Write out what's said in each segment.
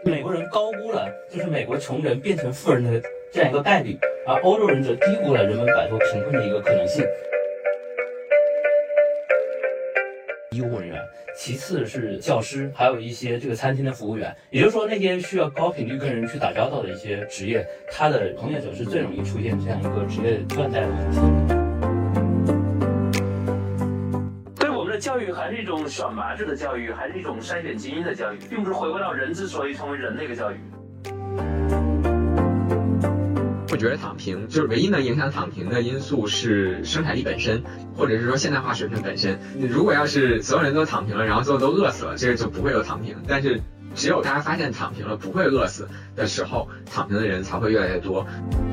美国人高估了就是美国穷人变成富人的这样一个概率，而欧洲人则低估了人们摆脱贫困的一个可能性。医务人员，其次是教师，还有一些这个餐厅的服务员，也就是说那些需要高频率跟人去打交道的一些职业，它的从业者是最容易出现这样一个职业断代的问题。教育还是一种选拔制的教育，还是一种筛选精英的教育，并不是回归到人之所以成为人的一个教育。 我觉得躺平就是唯一能影响躺平的因素是生产力本身，或者是说现代化水平本身。如果要是所有人都躺平了，然后最后都饿死了，这个就不会有躺平。但是只有大家发现躺平了不会饿死的时候，躺平的人才会越来越多。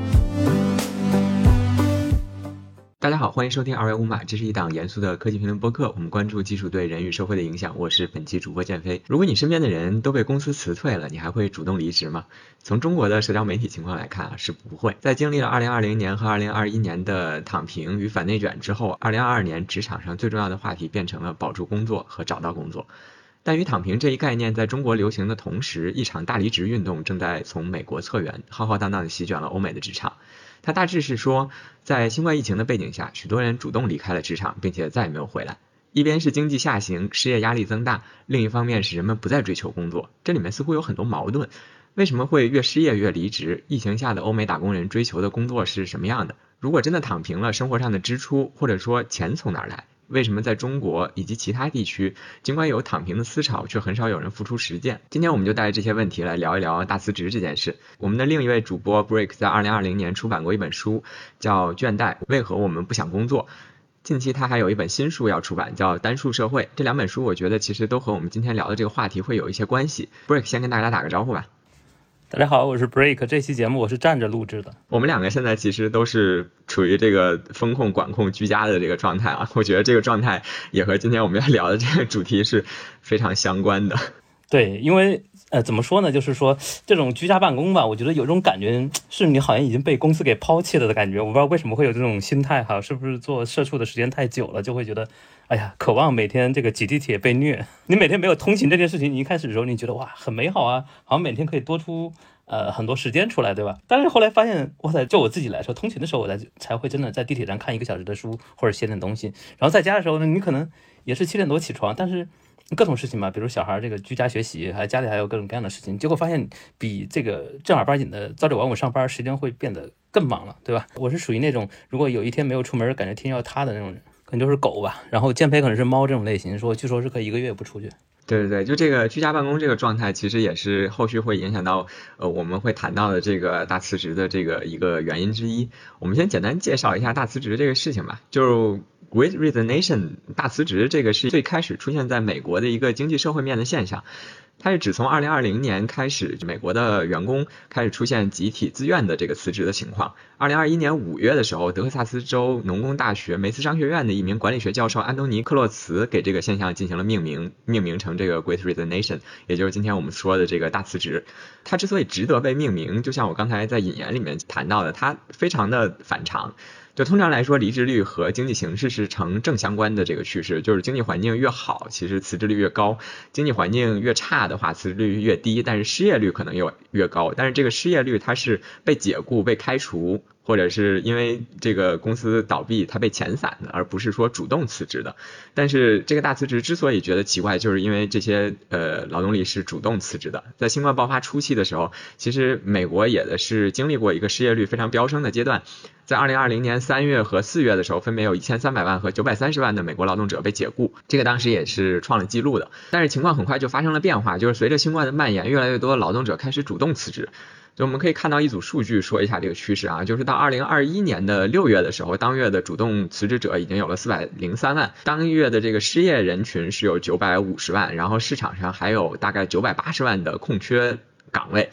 大家好，欢迎收听二维五码，这是一档严肃的科技评论播客，我们关注技术对人与社会的影响。我是本期主播建飞。如果你身边的人都被公司辞退了，你还会主动离职吗？从中国的社交媒体情况来看是不会。在经历了2020年和2021年的躺平与反内卷之后，2022年职场上最重要的话题变成了保住工作和找到工作。但与躺平这一概念在中国流行的同时，一场大离职运动正在从美国策源，浩浩荡荡地席卷了欧美的职场。它大致是说，在新冠疫情的背景下，许多人主动离开了职场，并且再也没有回来。一边是经济下行，失业压力增大，另一方面是人们不再追求工作。这里面似乎有很多矛盾。为什么会越失业越离职？疫情下的欧美打工人追求的工作是什么样的？如果真的躺平了，生活上的支出或者说钱从哪儿来？为什么在中国以及其他地区，尽管有躺平的思潮，却很少有人付出实践？今天我们就带着这些问题来聊一聊大辞职这件事。我们的另一位主播 Break 在2020年出版过一本书，叫《倦怠：为何我们不想工作》。近期他还有一本新书要出版，叫《单数社会》。这两本书我觉得其实都和我们今天聊的这个话题会有一些关系。Break 先跟大家打个招呼吧。 大家好，我是 Break， 这期节目我是站着录制的。 我们两个现在其实都是处于这个风控管控居家的这个状态啊，我觉得这个状态也和今天我们要聊的这个主题是非常相关的。 对，因为怎么说呢，就是说这种居家办公吧，我觉得有种感觉是你好像已经被公司给抛弃了的感觉。我不知道为什么会有这种心态哈，是不是做社畜的时间太久了，就会觉得哎呀，渴望每天这个挤地铁被虐。你每天没有通勤这件事情，你一开始的时候你觉得哇很美好啊，好像每天可以多出很多时间出来，对吧？但是后来发现，哇塞，就我自己来说，通勤的时候我才会真的在地铁上看1个小时的书或者写点东西，然后在家的时候呢，你可能也是7点多起床，但是各种事情嘛，比如小孩这个居家学习，还家里还有各种各样的事情，结果发现比这个正儿八经的朝九晚五上班时间会变得更忙了，对吧？我是属于那种如果有一天没有出门，感觉天要塌的那种人，可能就是狗吧。然后建飞可能是猫这种类型，据说是可以1个月不出去。 对对对，就这个居家办公这个状态，其实也是后续会影响到我们会谈到的这个大辞职的这个一个原因之一。我们先简单介绍一下大辞职这个事情吧。就Great Resignation 大辞职这个是最开始出现在美国的一个经济社会面的现象。它是指从2020年开始，美国的员工开始出现集体自愿的这个辞职的情况。2021年5月的时候，德克萨斯州农工大学梅斯商学院的一名管理学教授安东尼·克洛茨给这个现象进行了命名成这个 Great Resignation， 也就是今天我们说的这个大辞职。它之所以值得被命名，就像我刚才在引言里面谈到的，它非常的反常。就通常来说，离职率和经济形势是成正相关的这个趋势，就是经济环境越好，其实辞职率越高；经济环境越差的话，辞职率越低，但是失业率可能越高。但是这个失业率它是被解雇、被开除，或者是因为这个公司倒闭它被遣散的，而不是说主动辞职的。但是这个大辞职之所以觉得奇怪，就是因为这些劳动力是主动辞职的。在新冠爆发初期的时候，其实美国也是经历过一个失业率非常飙升的阶段。在2020年3月和4月的时候，分别有1300万和930万的美国劳动者被解雇，这个当时也是创了纪录的。但是情况很快就发生了变化，就是随着新冠的蔓延，越来越多的劳动者开始主动辞职。就我们可以看到一组数据说一下这个趋势啊，就是到2021年的6月的时候，当月的主动辞职者已经有了403万，当月的这个失业人群是有950万，然后市场上还有大概980万的空缺岗位。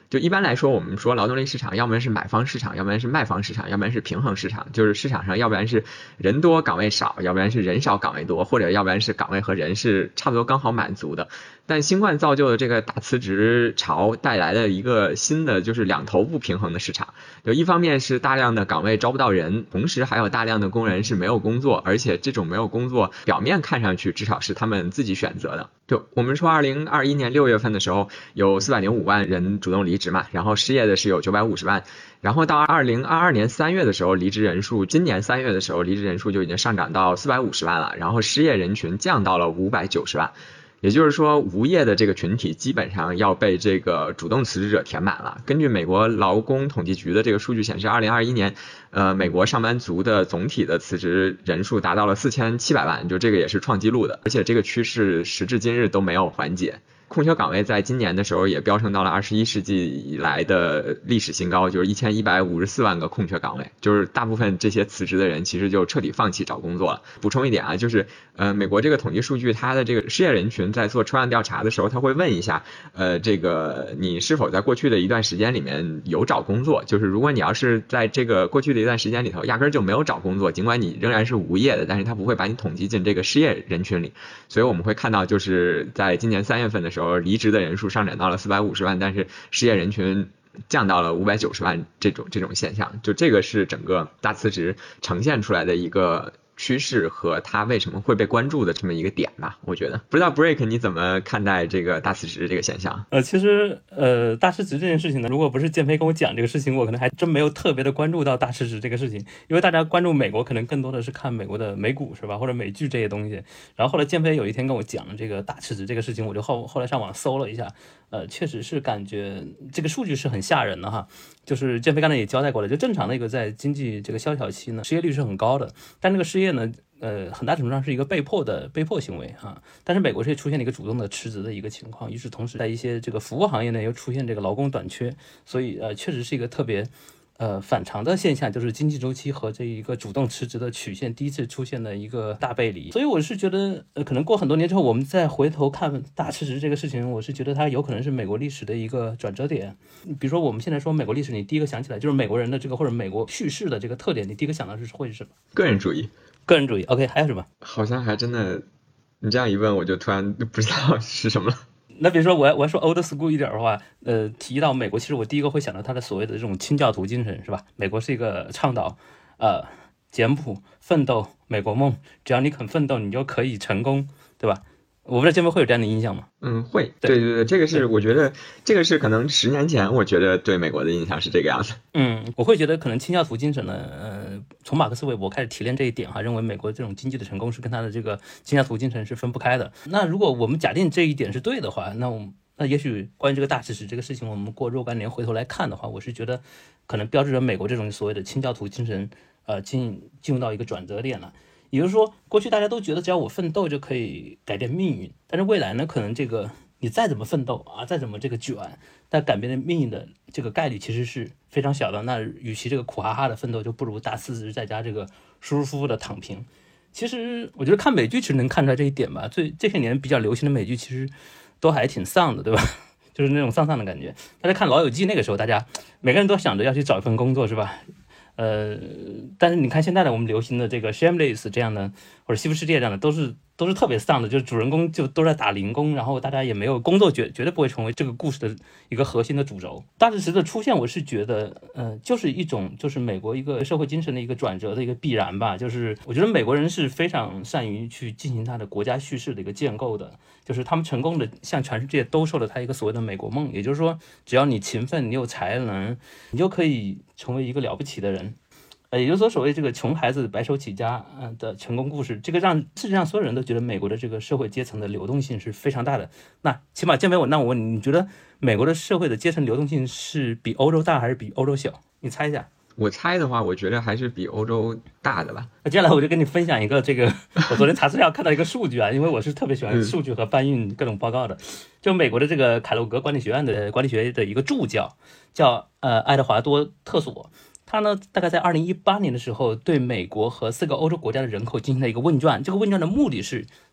就一般来说，我们说劳动力市场，要不然是买方市场，要不然是卖方市场，要不然是平衡市场。就是市场上，要不然是人多岗位少，要不然是人少岗位多，或者要不然是岗位和人是差不多刚好满足的。但新冠造就的这个大辞职潮带来了一个新的，就是两头不平衡的市场。就一方面是大量的岗位招不到人，同时还有大量的工人是没有工作，而且这种没有工作，表面看上去至少是他们自己选择的。就我们说2021年6月份的时候，有405万人主动离职嘛，然后失业的是有950万，然后到2022年3月的时候，离职人数，今年3月的时候，离职人数就已经上涨到450万了，然后失业人群降到了590万。也就是说，无业的这个群体基本上要被这个主动辞职者填满了。根据美国劳工统计局的这个数据显示，2021年，美国上班族的总体的辞职人数达到了4700万，就这个也是创纪录的，而且这个趋势时至今日都没有缓解。空缺岗位在今年的时候也飙升到了21世纪以来的历史新高，就是1154万个空缺岗位，就是大部分这些辞职的人其实就彻底放弃找工作了。补充一点啊，就是美国这个统计数据，它的这个失业人群在做抽样调查的时候，他会问一下这个你是否在过去的一段时间里面有找工作，就是如果你要是在这个过去的一段时间里头压根就没有找工作，尽管你仍然是无业的，但是他不会把你统计进这个失业人群里。所以我们会看到，就是在今年3月份的时候，离职的人数上涨到了450万，但是失业人群降到了590万，这种现象，就这个是整个大辞职呈现出来的一个趋势和它为什么会被关注的这么一个点吧，我觉得。不知道 Break 你怎么看待这个大辞职这个现象？ 其实大辞职这件事情呢，如果不是建飞跟我讲这个事情，我可能还真没有特别的关注到大辞职这个事情，因为大家关注美国可能更多的是看美国的美股是吧，或者美剧这些东西。然后后来建飞有一天跟我讲这个大辞职这个事情，我就后来上网搜了一下，确实是感觉这个数据是很吓人的哈。就是建飞刚才也交代过了，就正常的一个在经济这个萧条期呢，失业率是很高的，但这个失业呢，很大程度上是一个被迫行为啊。但是美国是出现了一个主动的辞职的一个情况，与此同时，在一些这个服务行业呢又出现这个劳工短缺，所以确实是一个特别反常的现象，就是经济周期和这一个主动辞职的曲线第一次出现的一个大背离。所以我是觉得可能过很多年之后，我们再回头看大辞职这个事情，我是觉得它有可能是美国历史的一个转折点。比如说我们现在说美国历史，你第一个想起来就是美国人的这个或者美国叙事的这个特点，你第一个想到会是什么？ 个人主义。 个人主义 OK， 还有什么？ 好像还真的，你这样一问我就突然不知道是什么了。 那比如说我要说 old school 一点的话，提到美国，其实我第一个会想到他的所谓的这种清教徒精神，是吧？美国是一个倡导简朴、奋斗、美国梦，只要你肯奋斗，你就可以成功，对吧？我不知道建飞会有这样的印象吗？ 会，对，这个是我觉得这个是可能10年前我觉得对美国的印象是这个样子。 我会觉得可能清教徒精神呢，从马克思韦伯开始提炼这一点哈，认为美国这种经济的成功是跟他的这个清教徒精神是分不开的。那如果我们假定这一点是对的话，那也许关于这个大辞职这个事情，我们过若干年回头来看的话，我是觉得可能标志着美国这种所谓的清教徒精神进入到一个转折点了。也就是说，过去大家都觉得只要我奋斗就可以改变命运，但是未来呢，可能这个你再怎么奋斗啊，再怎么这个卷，但改变的命运的这个概率其实是非常小的。那与其这个苦哈哈的奋斗，就不如大辞职在家这个舒舒服服的躺平。其实我觉得看美剧其实能看出来这一点吧。这些年比较流行的美剧其实都还挺丧的，对吧？就是那种丧丧的感觉。大家看《老友记》那个时候，大家每个人都想着要去找一份工作，是吧？但是你看现在的我们流行的这个 Shameless 这样的，或者西部世界这样的，都是特别丧的，就是主人公就都在打零工，然后大家也没有工作，绝对不会成为这个故事的一个核心的主轴。大辞职的出现，我是觉得，就是一种就是美国一个社会精神的一个转折的一个必然吧。就是我觉得美国人是非常善于去进行他的国家叙事的一个建构的，就是他们成功的向全世界兜售了他一个所谓的美国梦，也就是说，只要你勤奋，你有才能，你就可以成为一个了不起的人。也就是说，所谓这个穷孩子白手起家的成功故事，这个让世界上所有人都觉得美国的这个社会阶层的流动性是非常大的。那起码建飞，我问你，你觉得美国的社会的阶层流动性是比欧洲大还是比欧洲小？你猜一下。 我猜的话，我觉得还是比欧洲大的吧。 那接下来我就跟你分享一个这个，我昨天查资料看到一个数据啊，因为我是特别喜欢数据和搬运各种报告的。就美国的这个凯洛格管理学院的管理学的一个助教叫爱德华多特索。他呢，大概在2018年的时候，对美国和4个欧洲国家的人口进行了一个问卷。这个问卷的目的是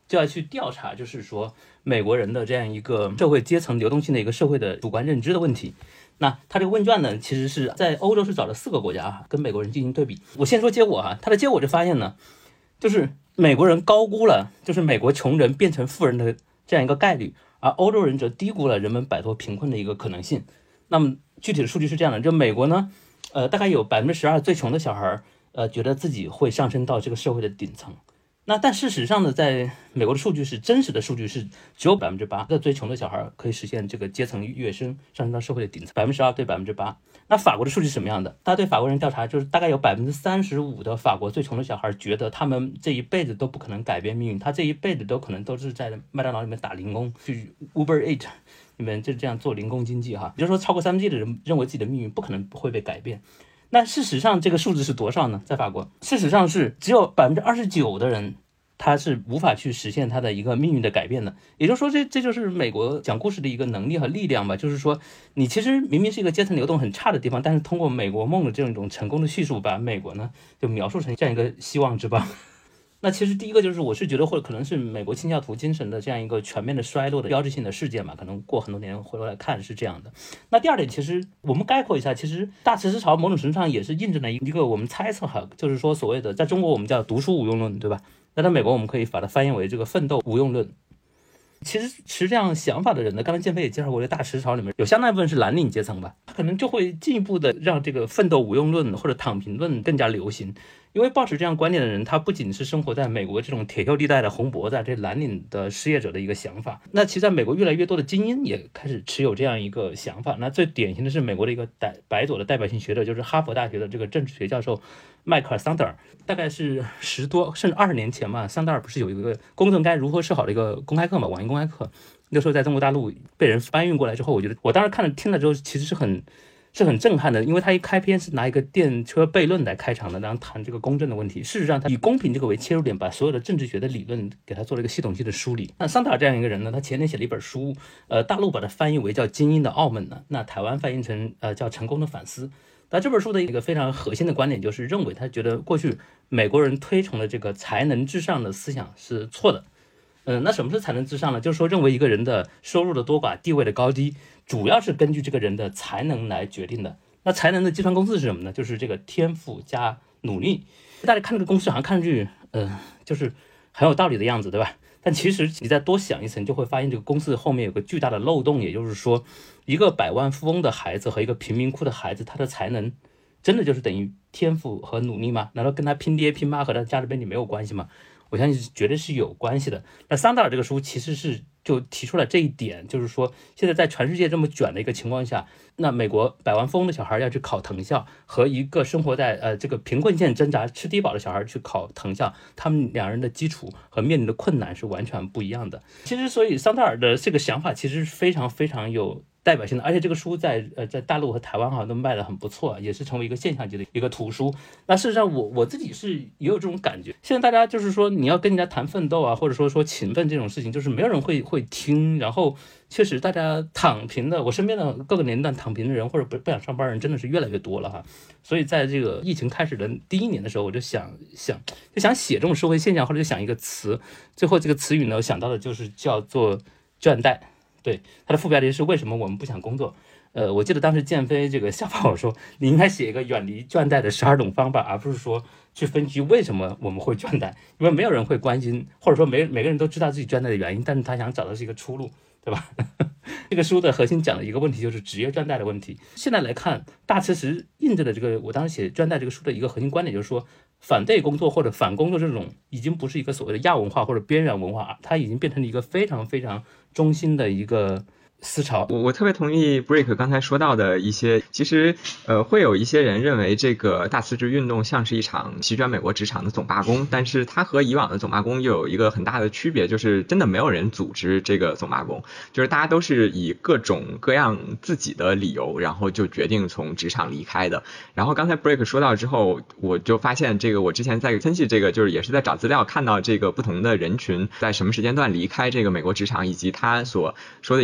就要去调查，就是说美国人的这样一个社会阶层流动性的一个社会的主观认知的问题。那他这个问卷呢，其实是在欧洲是找了4个国家跟美国人进行对比。我先说结果他的结果就发现呢，就是美国人高估了就是美国穷人变成富人的这样一个概率，而欧洲人则低估了人们摆脱贫困的一个可能性。那么具体的数据是这样的，就美国呢，大概有12%最穷的小孩觉得自己会上升到这个社会的顶层。那但事实上呢，在美国的数据是真实的数据是只有8%的最穷的小孩可以实现这个阶层跃升，上升到社会的顶层，12%对8%。那法国的数据是什么样的？大家对法国人调查，就是大概有35%的法国最穷的小孩觉得他们这一辈子都不可能改变命运，他这一辈子都可能都是在麦当劳里面打零工，去 Uber Eats 里面就这样做零工经济也就是说超过3%的人认为自己的命运不可能会被改变。那事实上这个数字是多少呢？在法国事实上是只有29%的人他是无法去实现他的一个命运的改变的。也就是说这就是美国讲故事的一个能力和力量吧，就是说你其实明明是一个阶层流动很差的地方，但是通过美国梦的这种成功的叙述，把美国呢就描述成这样一个希望之邦。那其实第一个就是我是觉得或者可能是美国清教徒精神的这样一个全面的衰落的标志性的事件嘛，可能过很多年回头来看是这样的。那第二点，其实我们概括一下，其实大辞职潮某种程度上也是印证了一个我们猜测就是说所谓的在中国我们叫读书无用论，对吧？那在美国我们可以把它翻译为这个奋斗无用论。其实持这样想法的人呢，刚才建飞也介绍过，这大辞职潮里面有相当一部分是蓝领阶层吧，他可能就会进一步的让这个奋斗无用论或者躺平论更加流行。因为抱持这样观念的人，他不仅是生活在美国这种铁锹地带的红脖子，这蓝领的失业者的一个想法，那其实在美国越来越多的精英也开始持有这样一个想法。那最典型的是美国的一个白左的代表性学者，就是哈佛大学的这个政治学教授迈克尔·桑德尔。大概是10多甚至20年前嘛，桑德尔不是有一个公众该如何是好的一个公开课嘛，网易公开课，那时候在中国大陆被人搬运过来之后，我觉得我当时看了听了之后其实是很震撼的。因为他一开篇是拿一个电车悖论来开场的，然后谈这个公正的问题。事实上他以公平这个为切入点，把所有的政治学的理论给他做了一个系统性的梳理。那桑德尔这样一个人呢，他前年写了一本书，大陆把它翻译为叫《精英的傲慢》呢，那台湾翻译成叫《成功的反思》。那这本书的一个非常核心的观点就是认为他觉得过去美国人推崇的这个才能至上的思想是错的。那什么是才能至上呢？就是说认为一个人的收入的多寡、地位的高低，主要是根据这个人的才能来决定的。那才能的计算公式是什么呢？就是这个天赋加努力。大家看这个公式好像看上去就是很有道理的样子，对吧？但其实你再多想一层，就会发现这个公式后面有个巨大的漏洞。也就是说，一个百万富翁的孩子和一个贫民窟的孩子，他的才能真的就是等于天赋和努力吗？难道跟他拼爹拼妈和他价值背景没有关系吗？我相信绝对是有关系的。那桑德尔这个书其实是就提出了这一点，就是说现在在全世界这么卷的一个情况下，那美国百万富翁的小孩要去考藤校，和一个生活在这个贫困线挣扎吃低保的小孩去考藤校，他们两人的基础和面临的困难是完全不一样的。其实所以桑德尔的这个想法其实是非常非常有代表性的，而且这个书在大陆和台湾好像都卖得很不错，也是成为一个现象级的一个图书。那事实上我自己是也有这种感觉，现在大家就是说你要跟人家谈奋斗啊，或者说勤奋这种事情，就是没有人会听。然后确实大家躺平的，我身边的各个年代躺平的人或者不想上班的人真的是越来越多了哈。所以在这个疫情开始的第1年的时候，我就想写这种社会现象，或者就想一个词，最后这个词语呢我想到的就是叫做倦怠。对，它的副标题是为什么我们不想工作。我记得当时建飞这个笑话我说，你应该写一个远离倦怠的12种方法，而不是说去分析为什么我们会倦怠，因为没有人会关心，或者说每个人都知道自己倦怠的原因，但是他想找的是一个出路，对吧？这个书的核心讲的一个问题就是职业倦怠的问题。现在来看，大辞职印证的这个我当时写倦怠这个书的一个核心观点，就是说反对工作或者反工作这种已经不是一个所谓的亚文化或者边缘文化，它已经变成了一个非常非常中心的一个思潮。 我特别同意 Break 刚才说到的一些，其实会有一些人认为这个大辞职运动像是一场席卷美国职场的总罢工，但是它和以往的总罢工又有一个很大的区别，就是真的没有人组织这个总罢工，就是大家都是以各种各样自己的理由，然后就决定从职场离开的。然后刚才 Break 说到之后，我就发现这个我之前在分析这个，就是也是在找资料看到这个不同的人群在什么时间段离开这个美国职场，以及他所说的一些原因。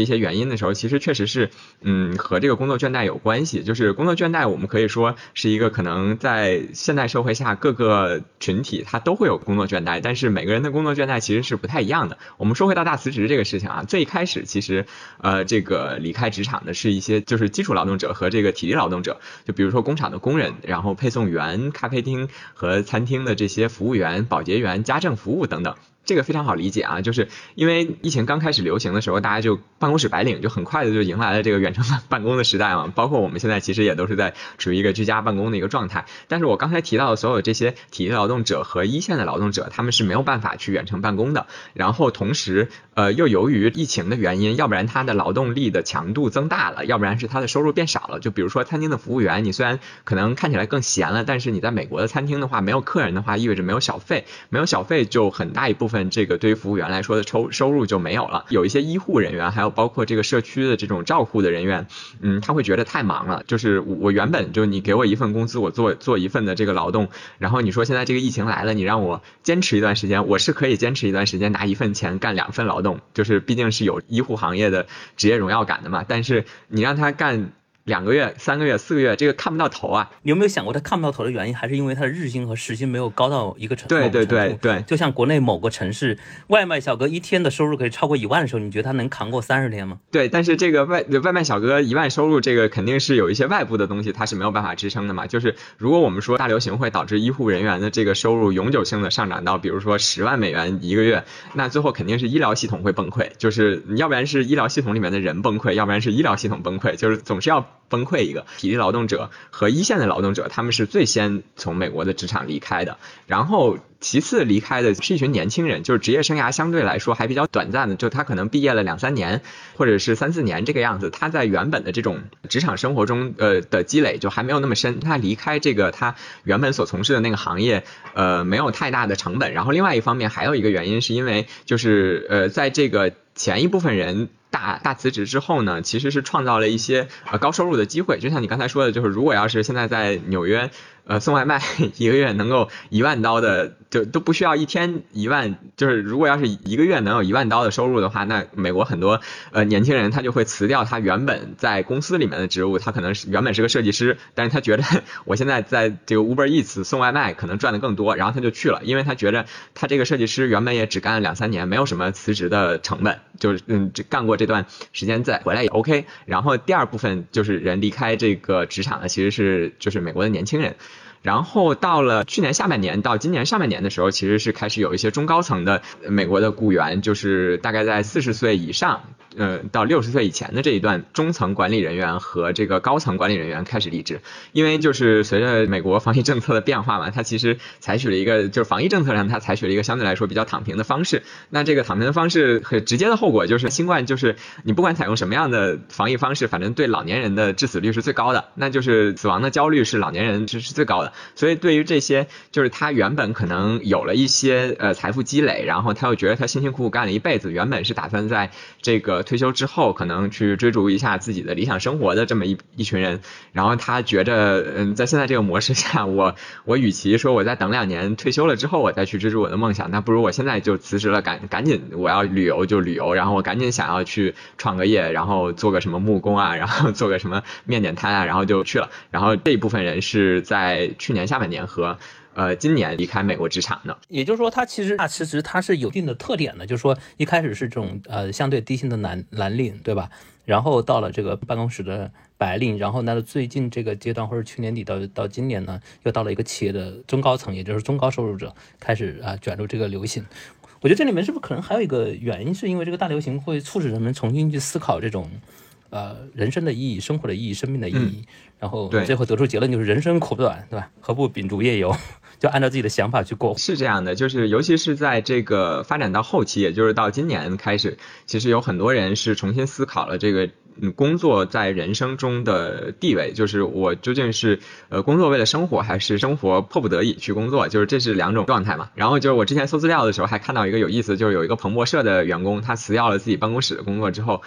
因的时候，其实确实是和这个工作倦怠有关系。就是工作倦怠，我们可以说是一个可能在现代社会下各个群体它都会有工作倦怠，但是每个人的工作倦怠其实是不太一样的。我们说回到大辞职这个事情啊，最开始其实这个离开职场的是一些就是基础劳动者和这个体力劳动者，就比如说工厂的工人，然后配送员、咖啡厅和餐厅的这些服务员、保洁员、家政服务等等。这个非常好理解啊，就是因为疫情刚开始流行的时候，大家就办公室白领就很快的就迎来了这个远程办公的时代嘛，包括我们现在其实也都是在处于一个居家办公的一个状态。但是我刚才提到的所有这些体力劳动者和一线的劳动者，他们是没有办法去远程办公的。然后同时又由于疫情的原因，要不然他的劳动力的强度增大了，要不然是他的收入变少了。就比如说餐厅的服务员，你虽然可能看起来更闲了，但是你在美国的餐厅的话，没有客人的话，意味着没有小费，没有小费就很大一部分这个对于服务员来说的收入就没有了。有一些医护人员，还有包括这个社区的这种照护的人员，他会觉得太忙了，就是我原本就你给我一份工资，我做一份的这个劳动，然后你说现在这个疫情来了，你让我坚持一段时间，我是可以坚持一段时间拿一份钱干2份劳动，就是毕竟是有医护行业的职业荣耀感的嘛，但是你让他干2个月、3个月、4个月，这个看不到头啊！ 你有没有想过，他看不到头的原因，还是因为他的日薪和时薪没有高到一个程度？ 对， 就像国内某个城市外卖小哥一天的收入可以超过1万的时候，你觉得他能扛过30天吗？ 对，但是这个外卖小哥1万收入，这个肯定是有一些外部的东西，它是没有办法支撑的嘛。就是如果我们说大流行会导致医护人员的这个收入永久性的上涨到，比如说10万美元一个月，那最后肯定是医疗系统会崩溃，就是你要不然是医疗系统里面的人崩溃，要不然是医疗系统崩溃，就是总是要崩溃一个。体力劳动者和一线的劳动者，他们是最先从美国的职场离开的，然后其次离开的是一群年轻人，就是职业生涯相对来说还比较短暂的，就他可能毕业了2-3年或者是3-4年这个样子，他在原本的这种职场生活中的积累就还没有那么深，他离开这个他原本所从事的那个行业没有太大的成本。然后另外一方面还有一个原因是因为就是在这个前一部分人大辞职之后呢，其实是创造了一些高收入的机会。就像你刚才说的，就是如果要是现在在纽约送外卖一个月能够1万刀的，就都不需要一天1万，就是如果要是一个月能有1万刀的收入的话，那美国很多年轻人他就会辞掉他原本在公司里面的职务，他可能是原本是个设计师，但是他觉得我现在在这个 Uber Eats 送外卖可能赚得更多，然后他就去了，因为他觉得他这个设计师原本也只干了2-3年，没有什么辞职的成本，就是干过这段时间再回来也 OK。 然后第二部分就是人离开这个职场的其实是就是美国的年轻人。然后到了去年下半年到今年上半年的时候，其实是开始有一些中高层的美国的雇员，就是大概在40岁以上到60岁以前的这一段中层管理人员和这个高层管理人员开始离职。因为就是随着美国防疫政策的变化嘛，它其实采取了一个就是防疫政策上它采取了一个相对来说比较躺平的方式。那这个躺平的方式很直接的后果就是新冠，就是你不管采用什么样的防疫方式，反正对老年人的致死率是最高的，那就是死亡的焦虑是老年人是最高的。所以对于这些就是他原本可能有了一些财富积累，然后他又觉得他辛辛苦苦干了一辈子，原本是打算在这个退休之后可能去追逐一下自己的理想生活的这么一群人，然后他觉得在现在这个模式下，我与其说我再等2年退休了之后我再去追逐我的梦想，那不如我现在就辞职了，赶紧我要旅游就旅游，然后我赶紧想要去创个业，然后做个什么木工啊，然后做个什么面点摊啊，然后就去了。然后这一部分人是在去年下半年和今年离开美国职场的。 也就是说他其实大辞职他是有一定的特点的，就是说一开始是这种相对低薪的蓝领，对吧？然后到了这个办公室的白领，然后呢最近这个阶段或者去年底到今年呢，又到了一个企业的中高层，也就是中高收入者开始卷入这个流行。我觉得这里面是不是可能还有一个原因，是因为这个大流行会促使人们重新去思考这种人生的意义、生活的意义、生命的意义，然后最后得出结论就是人生苦短，对吧？何不秉烛夜游？就按照自己的想法去过。 是这样的，就是尤其是在这个发展到后期，也就是到今年开始，其实有很多人是重新思考了这个工作在人生中的地位，就是我究竟是工作为了生活，还是生活迫不得已去工作，就是这是2种状态嘛。然后就是我之前搜资料的时候还看到一个有意思，就是有一个彭博社的员工，他辞掉了自己办公室的工作之后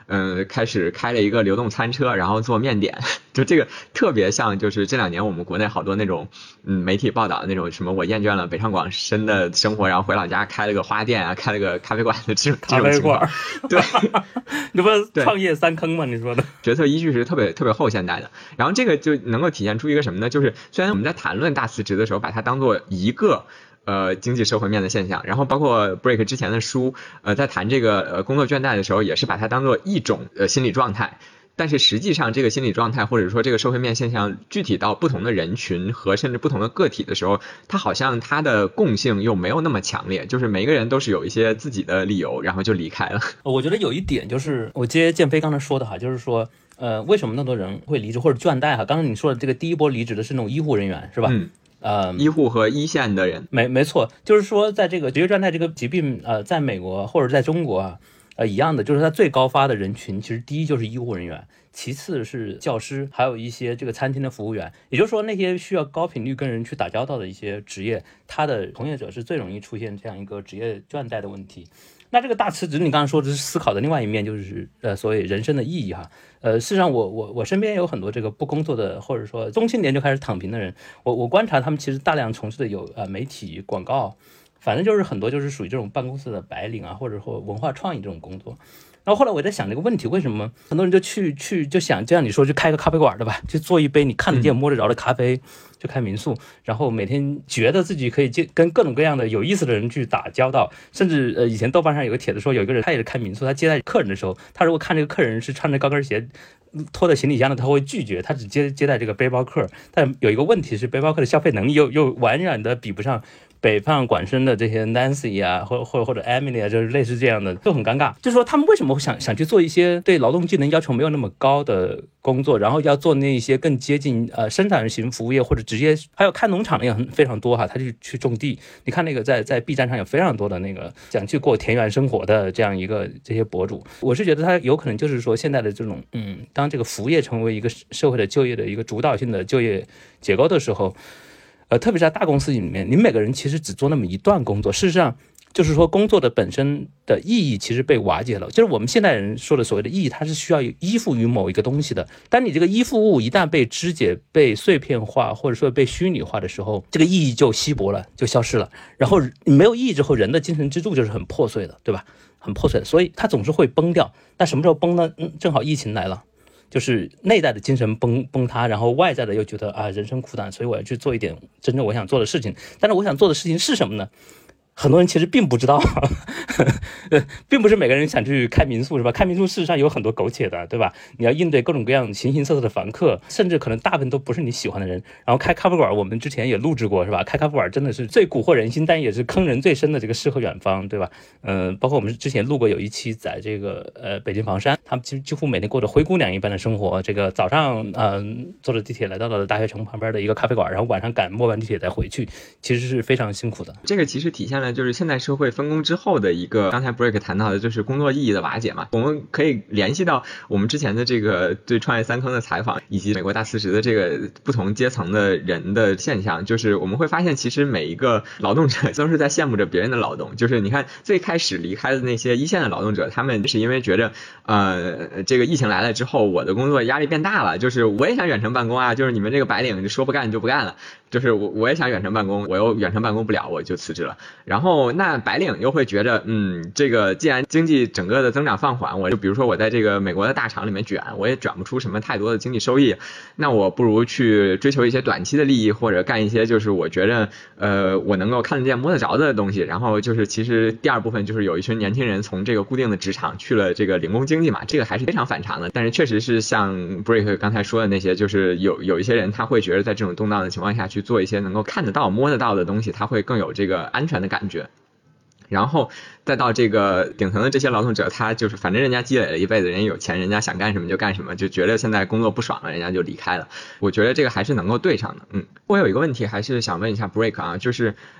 开始开了一个流动餐车，然后做面点，就这个特别像就是这2年我们国内好多那种媒体报道的那种什么我厌倦了北上广深的生活，然后回老家开了个花店啊，开了个咖啡馆的这种咖啡馆， 对， 你不创业3坑吗？你说的决策依据是特别后现代的。然后这个就能够体现出一个什么呢？就是虽然我们在谈论大辞职的时候把它当做一个经济社会面的现象，然后包括 Break 之前的书在谈这个工作倦怠的时候也是把它当做一种心理状态，但是实际上这个心理状态或者说这个社会面现象具体到不同的人群和甚至不同的个体的时候，它好像它的共性又没有那么强烈，就是每个人都是有一些自己的理由然后就离开了。 我觉得有一点就是我接建飞刚才说的哈，就是说为什么那么多人会离职或者倦怠哈？刚才你说的这个第一波离职的是那种医护人员是吧？ 医护和一线的人， 没错，就是说在这个职业倦怠这个疾病在美国或者在中国啊一样的，就是它最高发的人群其实第一就是医护人员，其次是教师，还有一些这个餐厅的服务员，也就是说那些需要高频率跟人去打交道的一些职业，它的从业者是最容易出现这样一个职业倦怠的问题。那这个大辞职你刚刚说的是思考的另外一面，就是所谓人生的意义哈。事实上我身边有很多这个不工作的或者说中青年就开始躺平的人，我观察他们其实大量从事的有媒体广告，反正就是很多就是属于这种办公室的白领啊，或者说文化创意这种工作。然后后来我在想这个问题，为什么很多人就想就像你说去开个咖啡馆对吧，去做一杯你看得见摸得着的咖啡，就开民宿，然后每天觉得自己可以跟各种各样的有意思的人去打交道，甚至以前豆瓣上有个帖子说有一个人他也是开民宿，他接待客人的时候，他如果看这个客人是穿着高跟鞋拖在行李箱的，他会拒绝，他只接待这个背包客。但有一个问题是背包客的消费能力又完全的比不上北上广深的这些 Nancy 啊，或者 Emily 啊，就是类似这样的，就很尴尬。就是说他们为什么会想去做一些对劳动技能要求没有那么高的工作，然后要做那些更接近生产型服务业或者直接，还有开农场的也非常多哈，他去种地。你看那个在 B 站上有非常多的那个讲去过田园生活的这样一个这些博主，我是觉得他有可能就是说现在的这种当这个服务业成为一个社会的就业的一个主导性的就业结构的时候。特别是在大公司里面，你每个人其实只做那么一段工作，事实上就是说工作的本身的意义其实被瓦解了。就是我们现代人说的所谓的意义，它是需要依附于某一个东西的。当你这个依附物一旦被肢解、被碎片化，或者说被虚拟化的时候，这个意义就稀薄了，就消失了。然后你没有意义之后，人的精神支柱就是很破碎的，对吧？很破碎的，所以它总是会崩掉。那什么时候崩呢？正好疫情来了。就是内在的精神崩塌，然后外在的又觉得人生苦短，所以我要去做一点真正我想做的事情。但是我想做的事情是什么呢？很多人其实并不知道，并不是每个人想去开民宿是吧？开民宿事实上有很多苟且的，对吧？你要应对各种各样形形色色的房客，甚至可能大部分都不是你喜欢的人。然后开咖啡馆，我们之前也录制过是吧？开咖啡馆真的是最蛊惑人心，但也是坑人最深的这个诗和远方，对吧？包括我们之前录过有一期在这个北京房山，他们几乎每天过着灰姑娘一般的生活。这个早上坐着地铁来到了大学城旁边的一个咖啡馆，然后晚上赶末班地铁再回去，其实是非常辛苦的。 这个其实体现了就是现代社会分工之后的一个，刚才 Break 谈到的就是工作意义的瓦解嘛。我们可以联系到我们之前的这个对创业3坑的采访，以及美国大辞职的这个不同阶层的人的现象，就是我们会发现其实每一个劳动者都是在羡慕着别人的劳动。就是你看最开始离开的那些一线的劳动者，他们是因为觉着这个疫情来了之后我的工作压力变大了，就是我也想远程办公啊，就是你们这个白领说不干就不干了，就是我也想远程办公，我又远程办公不了，我就辞职了。然后那白领又会觉得这个既然经济整个的增长放缓，我就比如说我在这个美国的大厂里面卷，我也卷不出什么太多的经济收益，那我不如去追求一些短期的利益，或者干一些就是我觉得我能够看得见摸得着的东西。然后就是其实第二部分就是有一群年轻人从这个固定的职场去了这个零工经济嘛，这个还是非常反常的。但是确实是像 Break 刚才说的那些，就是有一些人他会觉得在这种动荡的情况下去做一些能够看得到摸得到的东西，他会更有这个安全的感觉。然后再到这个顶层的这些劳动者，他就是反正人家积累了一辈子，人家有钱，人家想干什么就干什么，就觉得现在工作不爽了，人家就离开了。我觉得这个还是能够对上的。我有一个问题还是想问一下 Break 啊，就是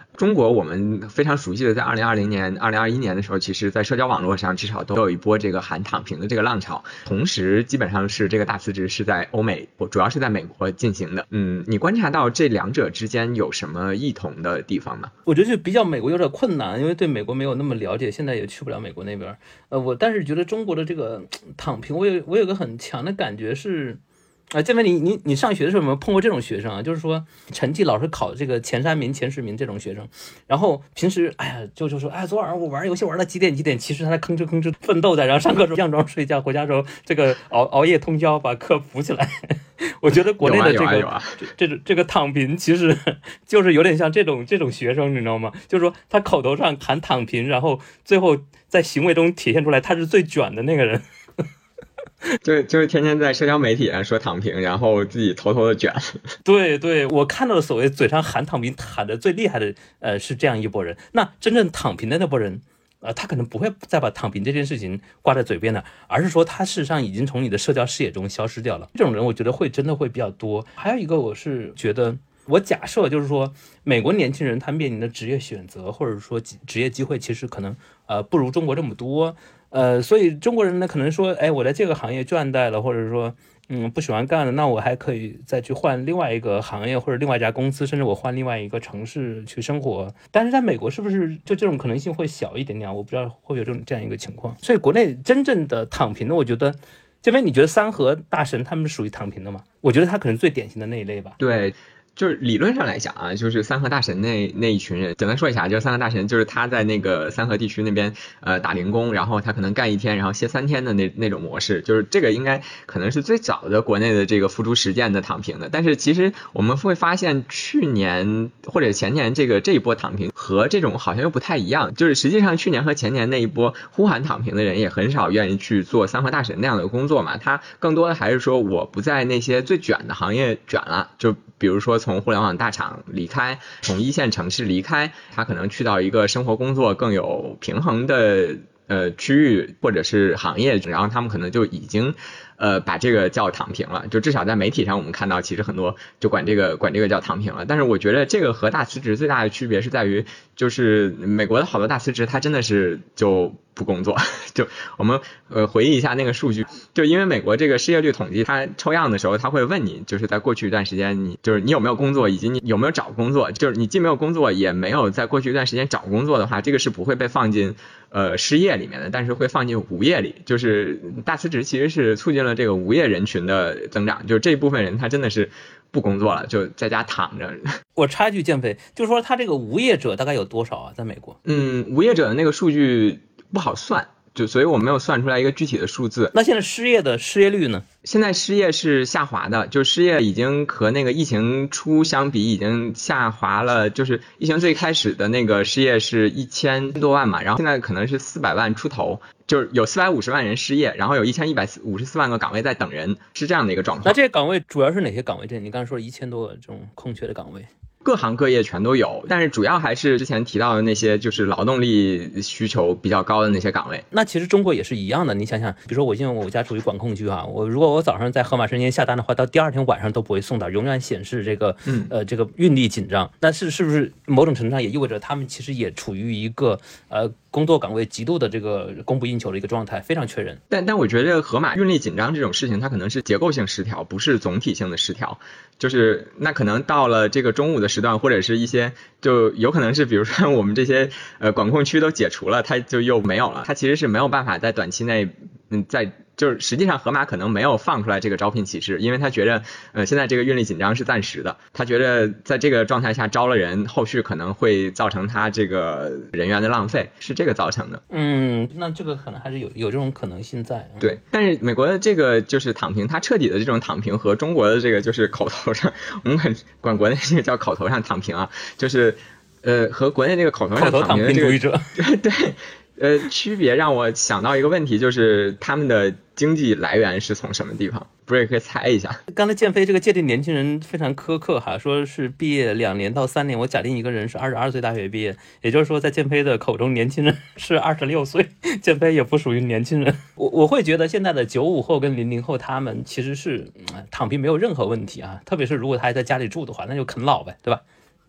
中国我们非常熟悉的，在2020年、2021年的时候，其实在社交网络上至少都有一波这个喊躺平的这个浪潮。同时，基本上是这个大辞职是在欧美，主要是在美国进行的。你观察到这两者之间有什么异同的地方吗？ 我觉得就比较美国有点困难，因为对美国没有那么了解，现在也去不了美国那边。但是觉得中国的这个躺平，我有个很强的感觉是。建飞，你上学的时候有没有碰过这种学生啊？就是说成绩老是考这个前3名、前10名这种学生，然后平时就说昨晚上我玩游戏玩到几点，其实他在吭哧奋斗在，然后上课时候佯装睡觉，回家时候这个熬夜通宵把课补起来。我觉得国内的这个躺平其实就是有点像这种学生，你知道吗？就是说他口头上喊躺平，然后最后在行为中体现出来他是最卷的那个人。 就是天天在社交媒体上说躺平，然后自己偷偷的卷。 对，我看到的所谓嘴上喊躺平喊的最厉害的是这样一拨人。那真正躺平的那拨人他可能不会再把躺平这件事情挂在嘴边的，而是说他事实上已经从你的社交视野中消失掉了。这种人我觉得真的会比较多。还有一个我是觉得，我假设就是说美国年轻人他面临的职业选择或者说职业机会其实可能不如中国这么多。所以中国人呢可能说，我在这个行业倦怠了，或者说不喜欢干了，那我还可以再去换另外一个行业或者另外一家公司，甚至我换另外一个城市去生活。但是在美国是不是就这种可能性会小一点点？我不知道会有这样一个情况。所以国内真正的躺平的，我觉得这边你觉得三和大神他们是属于躺平的吗？我觉得他可能最典型的那一类吧。 对。就是理论上来讲啊，就是三和大神那一群人，简单说一下，就是三和大神就是他在那个三和地区那边打零工，然后他可能干1天，然后歇3天的那种模式，就是这个应该可能是最早的国内的这个付诸实践的躺平的。但是其实我们会发现，去年或者前年这一波躺平和这种好像又不太一样，就是实际上去年和前年那一波呼喊躺平的人也很少愿意去做三和大神那样的工作嘛，他更多的还是说我不在那些最卷的行业卷了，就比如说从互联网大厂离开，从1线城市离开，他可能去到一个生活工作更有平衡的区域或者是行业，然后他们可能就已经把这个叫躺平了，就至少在媒体上我们看到其实很多就管这个叫躺平了。但是我觉得这个和大辞职最大的区别是在于，就是美国的好多大辞职他真的是就不工作。就我们回忆一下那个数据，就因为美国这个失业率统计，他抽样的时候他会问你，就是在过去一段时间你有没有工作，以及你有没有找工作，就是你既没有工作也没有在过去一段时间找工作的话，这个是不会被放进失业里面的，但是会放进无业里。就是大辞职其实是促进了这个无业人群的增长，就这一部分人他真的是不工作了，就在家躺着。 我插一句建飞，就是说他这个无业者大概有多少啊？在美国？ 无业者的那个数据不好算，所以我没有算出来一个具体的数字。 那现在失业率呢？ 现在失业是下滑的，就失业已经和那个疫情初相比已经下滑了，就是疫情最开始的那个失业是1000多万嘛，然后现在可能是400万出头，就是有450万人失业，然后有1154万个岗位在等人，是这样的一个状况。 那这些岗位主要是哪些岗位？你刚才说了1000多个这种空缺的岗位。 各行各业全都有，但是主要还是之前提到的那些就是劳动力需求比较高的那些岗位。 那其实中国也是一样的，你想想，比如说因为我家处于管控区啊，如果我早上在盒马生鲜下单的话，到第2天晚上都不会送达，永远显示这个这个运力紧张。那是不是某种程度上也意味着他们其实也处于一个工作岗位极度的这个供不应求的一个状态，非常缺人。 但我觉得盒马运力紧张这种事情，它可能是结构性失调，不是总体性的失调。就是那可能到了这个中午的时段，或者是一些就有可能是比如说我们这些管控区都解除了，它就又没有了。它其实是没有办法在短期内就是实际上盒马可能没有放出来这个招聘启事，因为他觉得现在这个运力紧张是暂时的，他觉得在这个状态下招了人，后续可能会造成他这个人员的浪费，是这个造成的。 那这个可能还是有这种可能性在。 对，但是美国的这个就是躺平，它彻底的这种躺平和中国的这个就是口头上，我们管国内这个叫口头上躺平啊，就是和国内这个口头上躺平的这个主义者对。区别让我想到一个问题，就是他们的经济来源是从什么地方？不是也可以猜一下？ 刚才建飞这个界定年轻人非常苛刻哈，说是毕业2年到3年，我假定一个人是22岁大学毕业，也就是说在建飞的口中，年轻人是26岁，建飞也不属于年轻人。我会觉得现在的95后跟00后他们其实是躺平没有任何问题啊，特别是如果他还在家里住的话，那就啃老呗，对吧？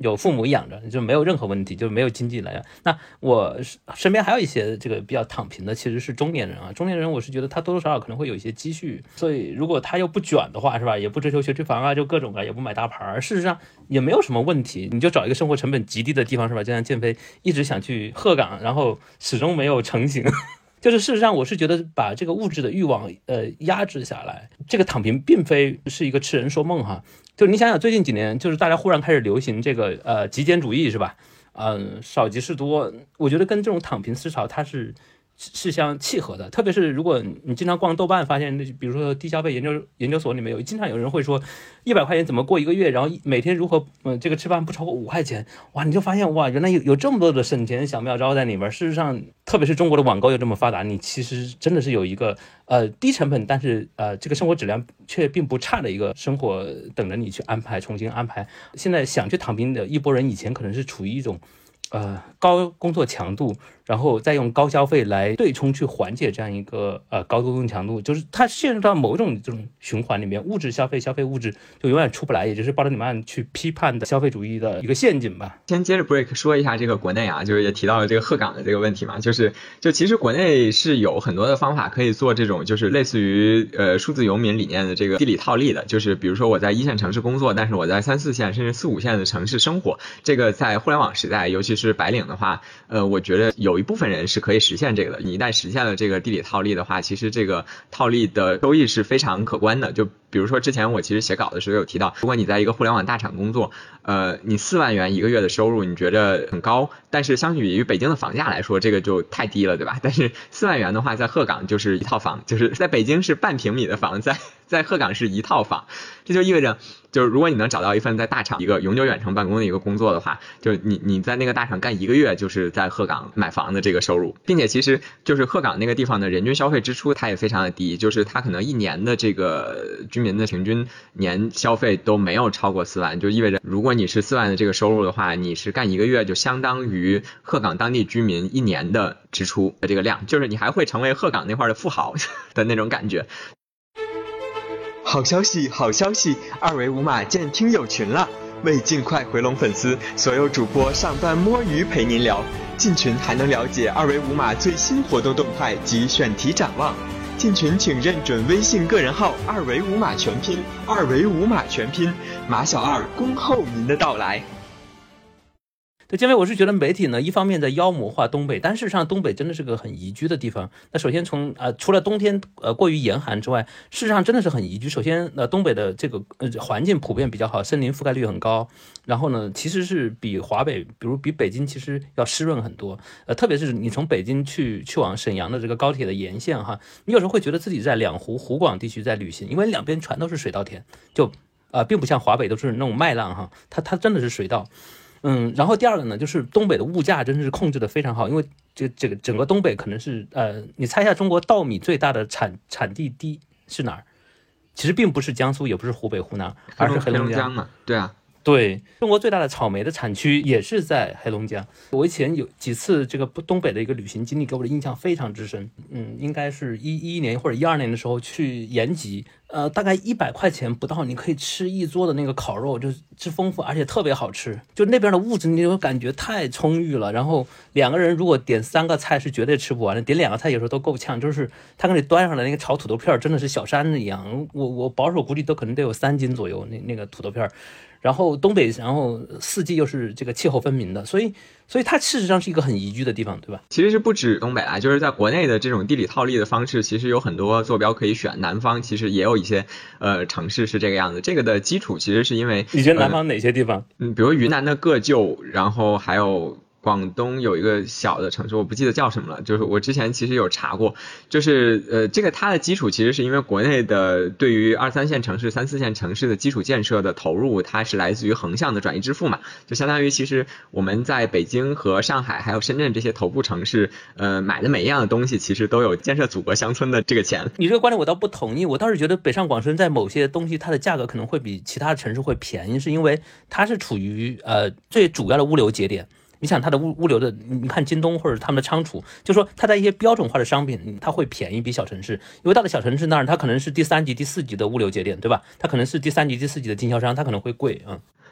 有父母养着，就没有任何问题，就没有经济来源。那我身边还有一些这个比较躺平的，其实是中年人啊。中年人我是觉得他多多少少可能会有一些积蓄，所以如果他又不卷的话，是吧？也不追求学区房啊，就各种啊，也不买大牌，事实上也没有什么问题。你就找一个生活成本极低的地方，是吧？就像建飞一直想去鹤岗，然后始终没有成型。就是事实上，我是觉得把这个物质的欲望压制下来，这个躺平并非是一个痴人说梦哈。就你想想，最近几年就是大家忽然开始流行这个极简主义，是吧？少即是多，我觉得跟这种躺平思潮它是相契合的。特别是如果你经常逛豆瓣，发现比如说低消费研究所里面经常有人会说100块钱怎么过1个月，然后每天如何这个吃饭不超过5块钱，哇，你就发现哇，原来有这么多的省钱小妙招在里面。事实上，特别是中国的网购又这么发达，你其实真的是有一个低成本，但是这个生活质量却并不差的一个生活等着你去重新安排。现在想去躺平的一波人，以前可能是处于一种高工作强度，然后再用高消费来对冲去缓解这样一个高工作强度，就是它陷入到某种这种循环里面，物质消费物质就永远出不来，也就是鲍德里曼去批判的消费主义的一个陷阱吧。 先接着 break 说一下这个国内啊，就是也提到了这个鹤岗的这个问题嘛，就其实国内是有很多的方法可以做这种就是类似于数字游民理念的这个地理套利的，就是比如说我在1线城市工作，但是我在3、4线甚至4、5线的城市生活，这个在互联网时代，尤其是白领的话，我觉得有一部分人是可以实现这个的。你一旦实现了这个地理套利的话，其实这个套利的收益是非常可观的。就比如说之前我其实写稿的时候有提到，如果你在一个互联网大厂工作，你4万元1个月的收入，你觉得很高，但是相比于北京的房价来说，这个就太低了，对吧？但是4万元的话，在鹤岗就是一套房，就是在北京是半平米的房，在鹤岗是一套房，这就意味着，就是如果你能找到一份在大厂一个永久远程办公的一个工作的话，就是你在那个大厂干1个月，就是在鹤岗买房的这个收入，并且其实就是鹤岗那个地方的人均消费支出它也非常的低，就是它可能1年的这个居民的平均年消费都没有超过4万，就意味着如果你是4万的这个收入的话，你是干1个月就相当于鹤岗当地居民1年的支出的这个量，就是你还会成为鹤岗那块的富豪的那种感觉。 好消息，好消息！2维码建听友群了。为尽快回笼粉丝，所有主播上班摸鱼陪您聊。进群还能了解2维码最新活动动态及选题展望。进群请认准微信个人号2维码全拼，2维码全拼，马小二恭候您的到来。 对，因为我是觉得媒体呢，一方面在妖魔化东北，但事实上东北真的是个很宜居的地方。那首先从除了冬天过于严寒之外，事实上真的是很宜居。首先东北的这个环境普遍比较好，森林覆盖率很高。然后呢，其实是比华北，比北京其实要湿润很多。特别是你从北京去往沈阳的这个高铁的沿线哈，你有时候会觉得自己在两湖湖广地区在旅行，因为两边全都是水稻田，就并不像华北都是那种麦浪哈，它真的是水稻。然后第二个呢，就是东北的物价真的是控制的非常好，因为这个整个东北可能是你猜一下中国稻米最大的产地是哪儿？其实并不是江苏，也不是湖北湖南，而是黑龙江嘛。对啊， 对，中国最大的草莓的产区也是在黑龙江。我以前有几次这个东北的一个旅行经历，给我的印象非常之深。应该是11年或者12年的时候去延吉，大概100块钱不到，你可以吃一桌的那个烤肉，就之丰富，而且特别好吃。就那边的物质，你就感觉太充裕了。然后2个人如果点3个菜是绝对吃不完的，点2个菜有时候都够呛。就是他给你端上来那个炒土豆片，真的是小山子一样。我保守估计都可能得有3斤左右，那个土豆片。然后东北，然后四季又是这个气候分明的，所以它事实上是一个很宜居的地方，对吧？ 其实是不止东北啊，就是在国内的这种地理套利的方式，其实有很多坐标可以选。南方其实也有一些城市是这个样子。这个的基础其实是因为你觉得南方哪些地方？ 比如云南的个旧，然后还有广东有一个小的城市，我不记得叫什么了，就是我之前其实有查过，就是这个它的基础其实是因为国内的对于2、3线城市、3、4线城市的基础建设的投入，它是来自于横向的转移支付嘛，就相当于其实我们在北京和上海还有深圳这些头部城市，买的每一样的东西其实都有建设祖国乡村的这个钱。 你这个观点我倒不同意，我倒是觉得北上广深在某些东西它的价格可能会比其他的城市会便宜，是因为它是处于最主要的物流节点。你想它的物流的，你看京东或者他们的仓储，就说它在一些标准化的商品，它会便宜比小城市，因为到了小城市那儿，它可能是第3级、第4级的物流节点，对吧？它可能是第3级、第4级的经销商，它可能会贵。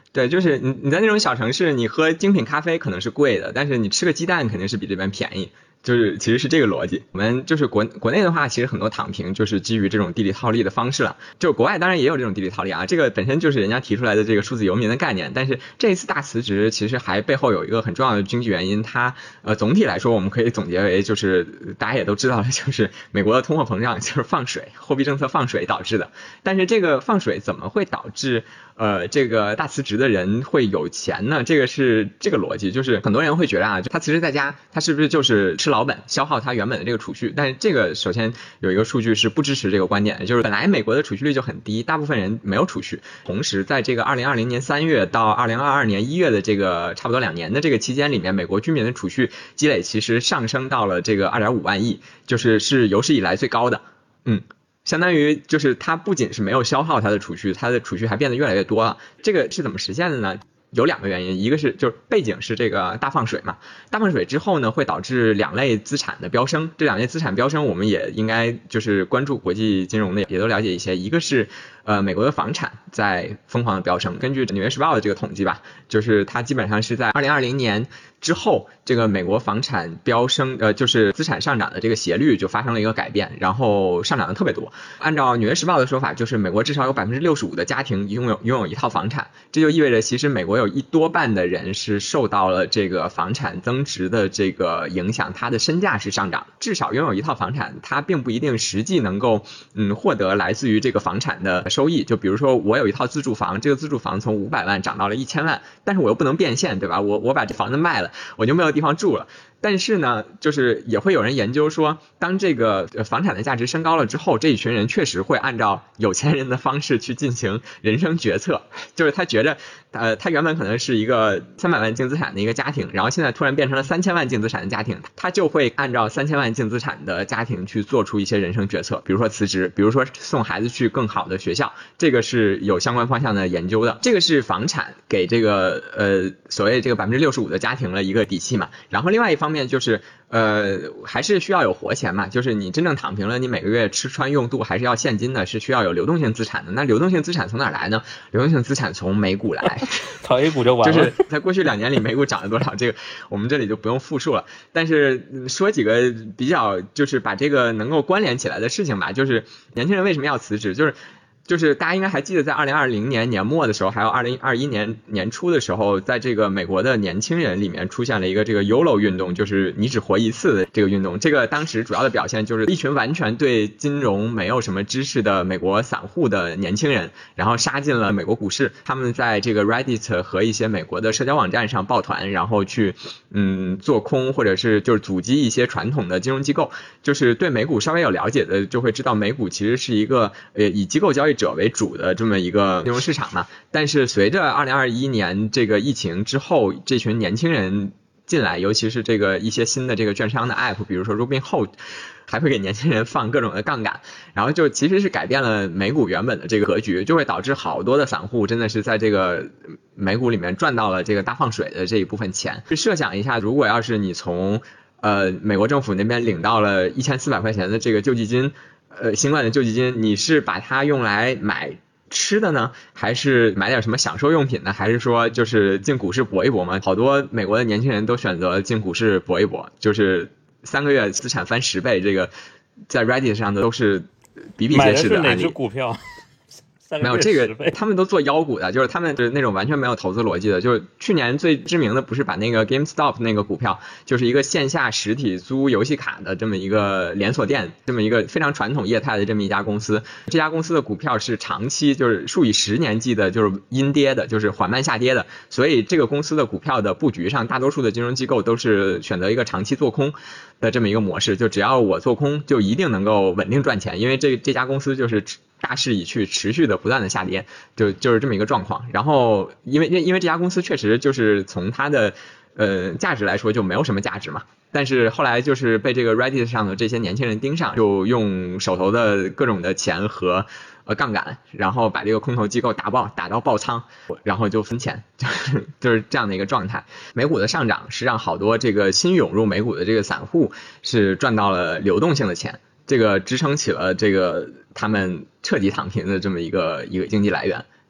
对，就是你在那种小城市，你喝精品咖啡可能是贵的，但是你吃个鸡蛋肯定是比这边便宜。就是其实是这个逻辑。我们就是国内的话，其实很多躺平就是基于这种地利套利的方式了。就国外当然也有这种地利套利啊，这个本身就是人家提出来的这个数字游民的概念。但是这一次大辞职其实还背后有一个很重要的经济原因，它总体来说我们可以总结为就是大家也都知道的，就是美国的通货膨胀就是放水，货币政策放水导致的。但是这个放水怎么会导致这个大辞职的人会有钱呢？这个是这个逻辑，就是很多人会觉得啊，他辞职在家，他是不是就是吃老本，消耗他原本的这个储蓄？但是这个首先有一个数据是不支持这个观点的，就是本来美国的储蓄率就很低，大部分人没有储蓄。同时在这个2020年3月到2022年1月的这个差不多2年的这个期间里面，美国居民的储蓄积累其实上升到了这个2.5万亿，是有史以来最高的。相当于就是它不仅是没有消耗它的储蓄，它的储蓄还变得越来越多了。这个是怎么实现的呢？有2个原因，一个是就是背景是这个大放水嘛，大放水之后呢，会导致2类资产的飙升。这2类资产飙升，我们也应该就是关注国际金融的也都了解一些。一个是美国的房产在疯狂的飙升，根据《纽约时报》的这个统计吧，就是它基本上是在2020年之后，这个美国房产飙升，就是资产上涨的这个斜率就发生了一个改变，然后上涨的特别多。按照《纽约时报》的说法，就是美国至少有65%的家庭拥有一套房产，这就意味着其实美国有一多半的人是受到了这个房产增值的这个影响，他的身价是上涨。至少拥有一套房产，他并不一定实际能够获得来自于这个房产的收益。就比如说我有一套自住房，这个自住房从500万涨到了1000万，但是我又不能变现，对吧？我把这房子卖了，我就没有地方住了。但是呢，就是也会有人研究说，当这个房产的价值升高了之后，这一群人确实会按照有钱人的方式去进行人生决策。就是他觉得他原本可能是一个300万净资产的一个家庭，然后现在突然变成了3000万净资产的家庭，他就会按照3000万净资产的家庭去做出一些人生决策，比如说辞职，比如说送孩子去更好的学校，这个是有相关方向的研究的。这个是房产给这个所谓这个65%的家庭了一个底气嘛。然后另外一方面就是还是需要有活钱嘛，就是你真正躺平了，你每个月吃穿用度还是要现金的，是需要有流动性资产的。那流动性资产从哪来呢？流动性资产从美股来。 炒 A 股就完了。 就是在过去2年里美股涨了多少，这个我们这里就不用复述了。但是说几个比较就是把这个能够关联起来的事情吧，就是年轻人为什么要辞职，就是大家应该还记得，在2020年年末的时候，还有2021年年初的时候，在这个美国的年轻人里面出现了一个这个 YOLO 运动，就是你只活一次的这个运动。这个当时主要的表现就是一群完全对金融没有什么知识的美国散户的年轻人，然后杀进了美国股市。他们在这个 Reddit 和一些美国的社交网站上抱团，然后去做空，或者是就是阻击一些传统的金融机构。就是对美股稍微有了解的就会知道，美股其实是一个以机构交易者为主的这么一个金融市场嘛。但是随着2021年这个疫情之后，这群年轻人进来，尤其是这个一些新的这个券商的 app， 比如说 Robinhood， 还会给年轻人放各种的杠杆，然后就其实是改变了美股原本的这个格局，就会导致好多的散户真的是在这个美股里面赚到了这个大放水的这一部分钱。设想一下，如果要是你从美国政府那边领到了1400块钱的这个救济金，新冠的救济金，你是把它用来买吃的呢，还是买点什么享受用品呢？还是说就是进股市搏一搏吗？好多美国的年轻人都选择进股市搏一搏，就是3个月资产翻10倍，这个在 Reddit 上的都是比比皆是的案例。 买的是哪只股票？ 没有这个，他们都做妖股的，就是他们是那种完全没有投资逻辑的。就是去年最知名的不是把那个 GameStop 那个股票，就是一个线下实体租游戏卡的这么一个连锁店，这么一个非常传统业态的这么一家公司。这家公司的股票是长期就是数以10年计的，就是阴跌的，就是缓慢下跌的。所以这个公司的股票的布局上，大多数的金融机构都是选择一个长期做空的这么一个模式，就只要我做空就一定能够稳定赚钱，因为这家公司就是大势已去，持续的不断的下跌，就是这么一个状况。然后因为这家公司确实就是从它的价值来说就没有什么价值嘛，但是后来就是被这个 Reddit 上的这些年轻人盯上，就用手头的各种的钱和杠杆，然后把这个空头机构打到爆仓，然后就分钱，就是这样的一个状态。美股的上涨是让好多这个新涌入美股的这个散户是赚到了流动性的钱，这个支撑起了这个他们彻底躺平的这么一个经济来源。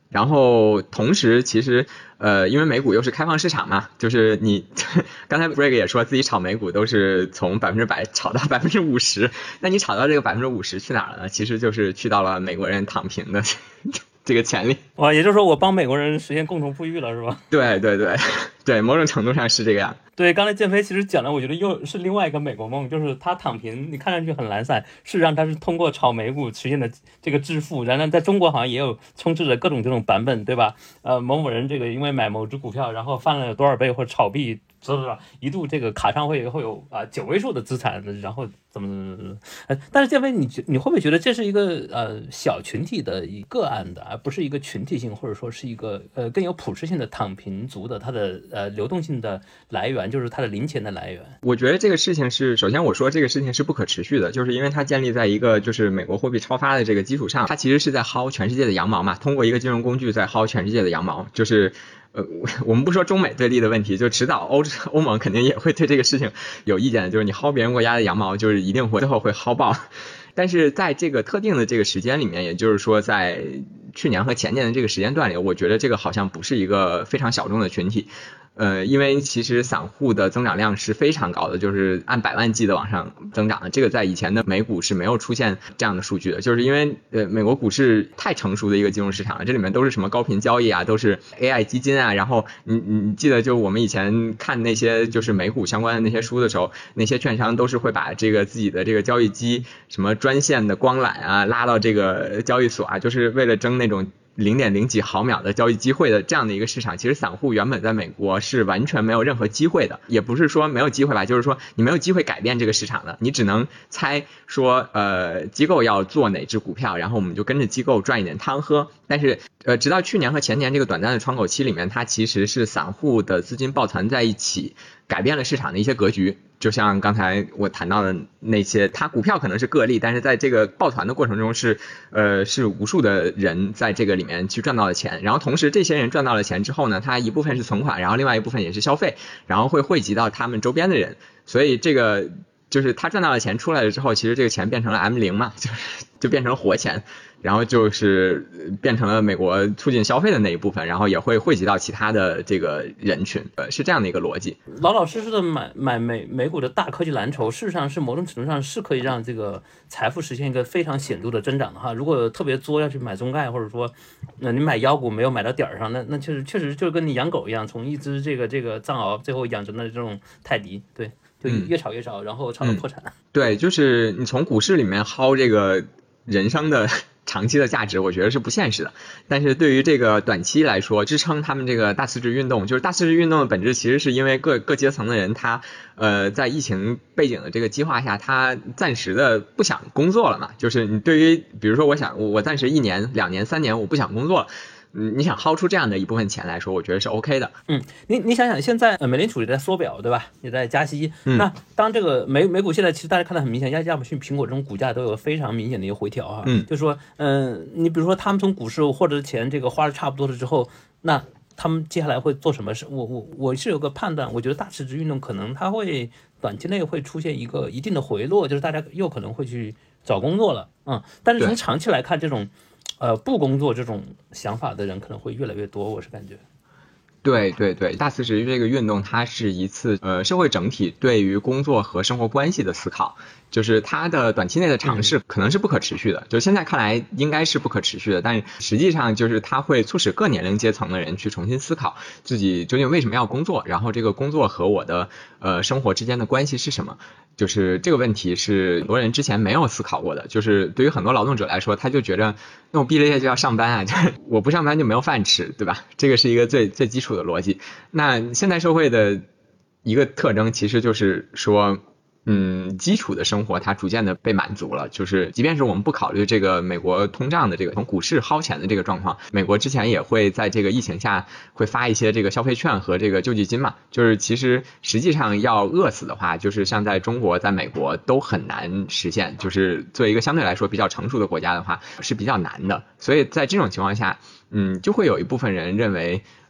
然后同时其实因为美股又是开放市场嘛，就是你刚才 Greg 也说自己炒美股都是从100%炒到50%，那你炒到这个50%去哪儿了呢？其实就是去到了美国人躺平的这个潜力。 哇，也就是说我帮美国人实现共同富裕了，是吧？ 对，某种程度上是这个样。 对，刚才建飞其实讲的，我觉得又是另外一个美国梦，就是他躺平，你看上去很懒散，事实上他是通过炒美股实现的这个致富。然后在中国好像也有充斥着各种这种版本，对吧？某某人这个因为买某只股票，然后翻了多少倍或者炒币，一度这个卡上会有9位数的资产，然后怎么但是建飞，你会不会觉得这是一个小群体的一个案的，而不是一个群体性，或者说是一个更有普适性的躺平族的它的流动性的来源，就是它的零钱的来源？ 我觉得这个事情是，首先我说这个事情是不可持续的，就是因为它建立在一个就是美国货币超发的这个基础上，它其实是在薅全世界的羊毛嘛，通过一个金融工具在薅全世界的羊毛，就是我们不说中美对立的问题，就迟早欧盟肯定也会对这个事情有意见的，就是你薅别人国家的羊毛，就是一定会最后会薅爆。但是在这个特定的这个时间里面，也就是说在去年和前年的这个时间段里，我觉得这个好像不是一个非常小众的群体。因为其实散户的增长量是非常高的，就是按100万计的往上增长的，这个在以前的美股是没有出现这样的数据的，就是因为美国股市太成熟的一个金融市场了，这里面都是什么高频交易啊，都是 AI 基金啊，然后你记得就我们以前看那些就是美股相关的那些书的时候，那些券商都是会把这个自己的这个交易机什么专线的光缆啊拉到这个交易所啊，就是为了争那种0.0几毫秒的交易机会的这样的一个市场，其实散户原本在美国是完全没有任何机会的，也不是说没有机会吧，就是说你没有机会改变这个市场的，你只能猜说机构要做哪只股票，然后我们就跟着机构赚一点汤喝。但是直到去年和前年这个短暂的窗口期里面，它其实是散户的资金抱团在一起改变了市场的一些格局，就像刚才我谈到的那些，它股票可能是个例，但是在这个抱团的过程中是无数的人在这个里面去赚到了钱，然后同时这些人赚到了钱之后呢，他一部分是存款，然后另外一部分也是消费，然后会汇集到他们周边的人，所以这个就是他赚到了钱出来了之后，其实这个钱变成了 M0 嘛，就变成了活钱，然后就是变成了美国促进消费的那一部分，然后也会汇集到其他的这个人群，是这样的一个逻辑。 老老实实的买美股的大科技蓝筹，事实上是某种程度上是可以让这个财富实现一个非常显著的增长的哈。如果特别作要去买中概，或者说你买妖股没有买到点儿上，那确实就跟你养狗一样，从一只这个藏獒最后养成的这种泰迪，对，就越炒越少，然后炒到破产。 对，就是你从股市里面薅这个人生的长期的价值，我觉得是不现实的。但是对于这个短期来说，支撑他们这个大辞职运动，就是大辞职运动的本质其实是因为各阶层的人他在疫情背景的这个激化下，他暂时的不想工作了嘛。就是你对于比如说我暂时1年、2年、3年我不想工作了。你想薅出这样的一部分钱来说，我觉得是 OK 的。 你想想，现在美联储也在缩表，对吧？也在加息。那当这个美股现在其实大家看得很明显，亚马逊、苹果这种股价都有非常明显的一个回调哈。就是说，你比如说他们从股市获得的钱这个花的差不多了之后，那他们接下来会做什么事？我是有个判断，我觉得大辞职运动可能它会短期内会出现一个一定的回落，就是大家又可能会去找工作了。但是从长期来看，这种不工作这种想法的人可能会越来越多，我是感觉。 对，大辞职这个运动，它是一次社会整体对于工作和生活关系的思考，就是它的短期内的尝试可能是不可持续的，就现在看来应该是不可持续的，但是实际上就是它会促使各年龄阶层的人去重新思考自己究竟为什么要工作，然后这个工作和我的生活之间的关系是什么，就是这个问题是很多人之前没有思考过的，就是对于很多劳动者来说，他就觉得那我毕了业就要上班啊，就是我不上班就没有饭吃，对吧？这个是一个最基础的逻辑。那现代社会的一个特征其实就是说基础的生活它逐渐的被满足了，就是即便是我们不考虑这个美国通胀的这个从股市薅钱的这个状况，美国之前也会在这个疫情下会发一些这个消费券和这个救济金嘛，就是其实实际上要饿死的话，就是像在中国在美国都很难实现，就是作为一个相对来说比较成熟的国家的话是比较难的，所以在这种情况下就会有一部分人认为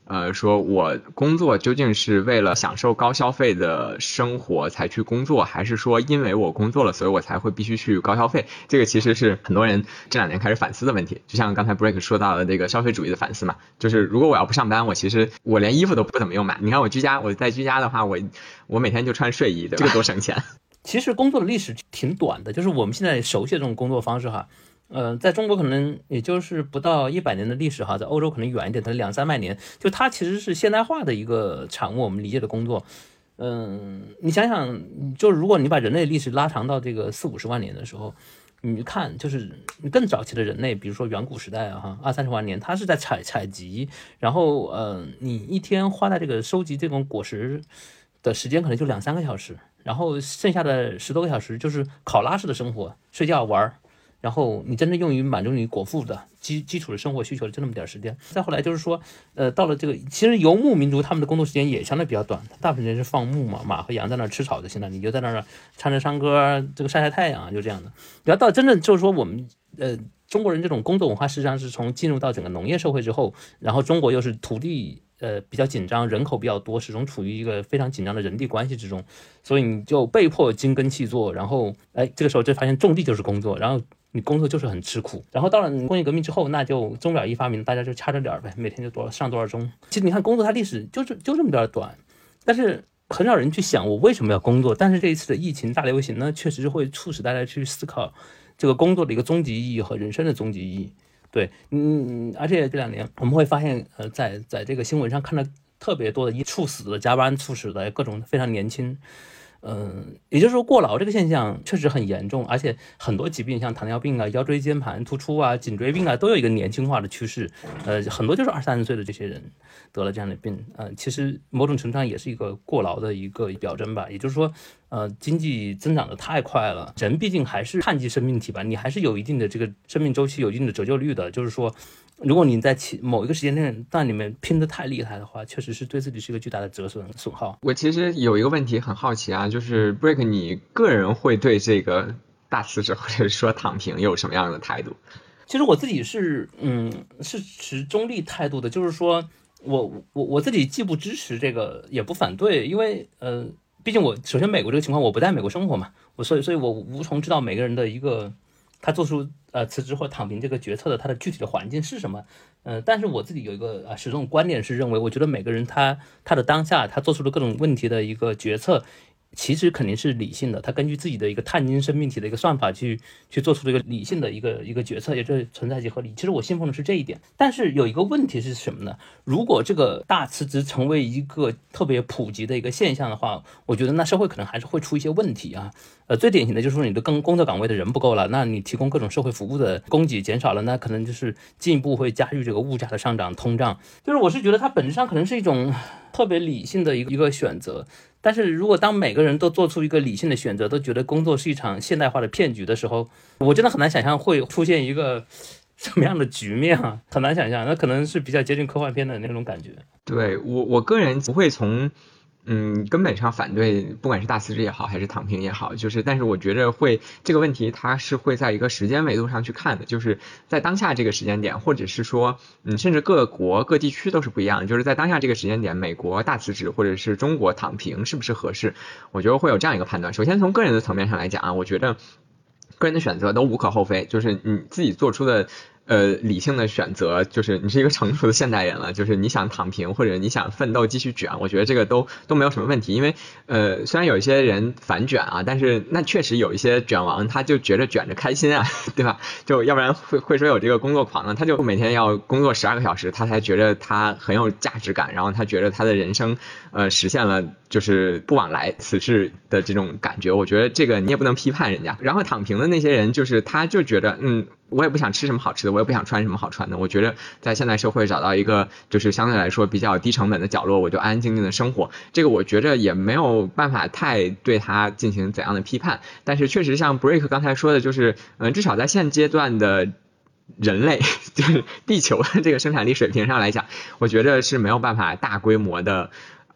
说我工作究竟是为了享受高消费的生活才去工作，还是说因为我工作了所以我才会必须去高消费？这个其实是很多人这2年开始反思的问题。就像刚才 Break 说到的这个消费主义的反思嘛，就是如果我要不上班，我其实我连衣服都不怎么用买。你看我在居家的话，我每天就穿睡衣，对吧？这个多省钱。 其实工作的历史挺短的，就是我们现在熟悉的这种工作方式哈，在中国可能也就是不到100年的历史哈，在欧洲可能远一点，它200-300年，就它其实是现代化的一个产物，我们理解的工作。你想想，就如果你把人类历史拉长到这个40-50万年的时候，你看就是更早期的人类，比如说远古时代啊，20-30万年，它是在采集，然后你一天花在这个收集这种果实的时间可能就2-3个小时，然后剩下的10多个小时就是考拉式的生活，睡觉玩，然后你真正用于满足你果腹的基础的生活需求的就那么点时间。再后来就是说，到了这个，其实游牧民族他们的工作时间也相对比较短，大部分人是放牧嘛，马和羊在那儿吃草就行了，你就在那儿唱着山歌，这个晒晒太阳，就这样的。然后到真正就是说我们中国人这种工作文化实际上是从进入到整个农业社会之后，然后中国又是土地比较紧张，人口比较多，始终处于一个非常紧张的人地关系之中，所以你就被迫精耕细作，然后这个时候就发现种地就是工作，然后你工作就是很吃苦。然后到了工业革命之后，那就钟表一发明，大家就掐着点儿呗，每天就上多少钟。其实你看工作它历史就这么点短，但是很少人去想我为什么要工作。但是这一次的疫情大流行呢，确实会促使大家去思考这个工作的一个终极意义和人生的终极意义。对，而且这2年我们会发现，在这个新闻上看到特别多的猝死的、加班猝死的，各种非常年轻。也就是说过劳这个现象确实很严重，而且很多疾病像糖尿病啊、腰椎间盘突出啊、颈椎病啊，都有一个年轻化的趋势。很多就是20-30岁的这些人得了这样的病，其实某种程度上也是一个过劳的一个表征吧。也就是说，经济增长的太快了，人毕竟还是碳基生命体吧，你还是有一定的这个生命周期，有一定的折旧率的。就是说，如果你在某一个时间段里面拼得太厉害的话，确实是对自己是一个巨大的损耗。 我其实有一个问题很好奇啊，就是 Break 你个人会对这个大辞职或者说躺平有什么样的态度？ 其实我自己是持中立态度的，就是说我自己既不支持这个，也不反对，因为毕竟我首先美国这个情况我不在美国生活嘛，所以我无从知道每个人的一个他做出辞职或躺平这个决策的他的具体的环境是什么。但是我自己有一个始终观点是认为，我觉得每个人他的当下他做出的各种问题的一个决策，其实肯定是理性的，他根据自己的一个碳基生命体的一个算法去做出这个理性的一个决策，也就是存在即合理。其实我信奉的是这一点。但是有一个问题是什么呢？如果这个大辞职成为一个特别普及的一个现象的话，我觉得那社会可能还是会出一些问题啊。最典型的就是说你的工作岗位的人不够了，那你提供各种社会服务的供给减少了，那可能就是进一步会加剧这个物价的上涨、通胀。就是我是觉得它本质上可能是一种特别理性的一个选择。但是如果当每个人都做出一个理性的选择，都觉得工作是一场现代化的骗局的时候，我真的很难想象会出现一个什么样的局面啊，很难想象。那可能是比较接近科幻片的那种感觉。 对，我个人不会从根本上反对，不管是大辞职也好，还是躺平也好，但是我觉得这个问题它是会在一个时间维度上去看的，就是在当下这个时间点，或者是说，甚至各国各地区都是不一样的，就是在当下这个时间点，美国大辞职或者是中国躺平是不是合适？我觉得会有这样一个判断。首先从个人的层面上来讲啊，我觉得个人的选择都无可厚非，就是你自己做出的理性的选择，就是你是一个成熟的现代人了，就是你想躺平或者你想奋斗继续卷，我觉得这个都没有什么问题。因为虽然有一些人反卷啊，但是那确实有一些卷王他就觉得卷着开心啊，对吧？就要不然会说有这个工作狂呢，他就每天要工作12个小时，他才觉得他很有价值感，然后他觉得他的人生实现了就是不往来此事的这种感觉。我觉得这个你也不能批判人家。然后躺平的那些人，就是他就觉得我也不想吃什么好吃的，我也不想穿什么好穿的，我觉得在现代社会找到一个就是相对来说比较低成本的角落，我就安安静静的生活，这个我觉得也没有办法太对他进行怎样的批判。但是确实像 Break 刚才说的，就是至少在现阶段的人类就是地球的这个生产力水平上来讲，我觉得是没有办法大规模的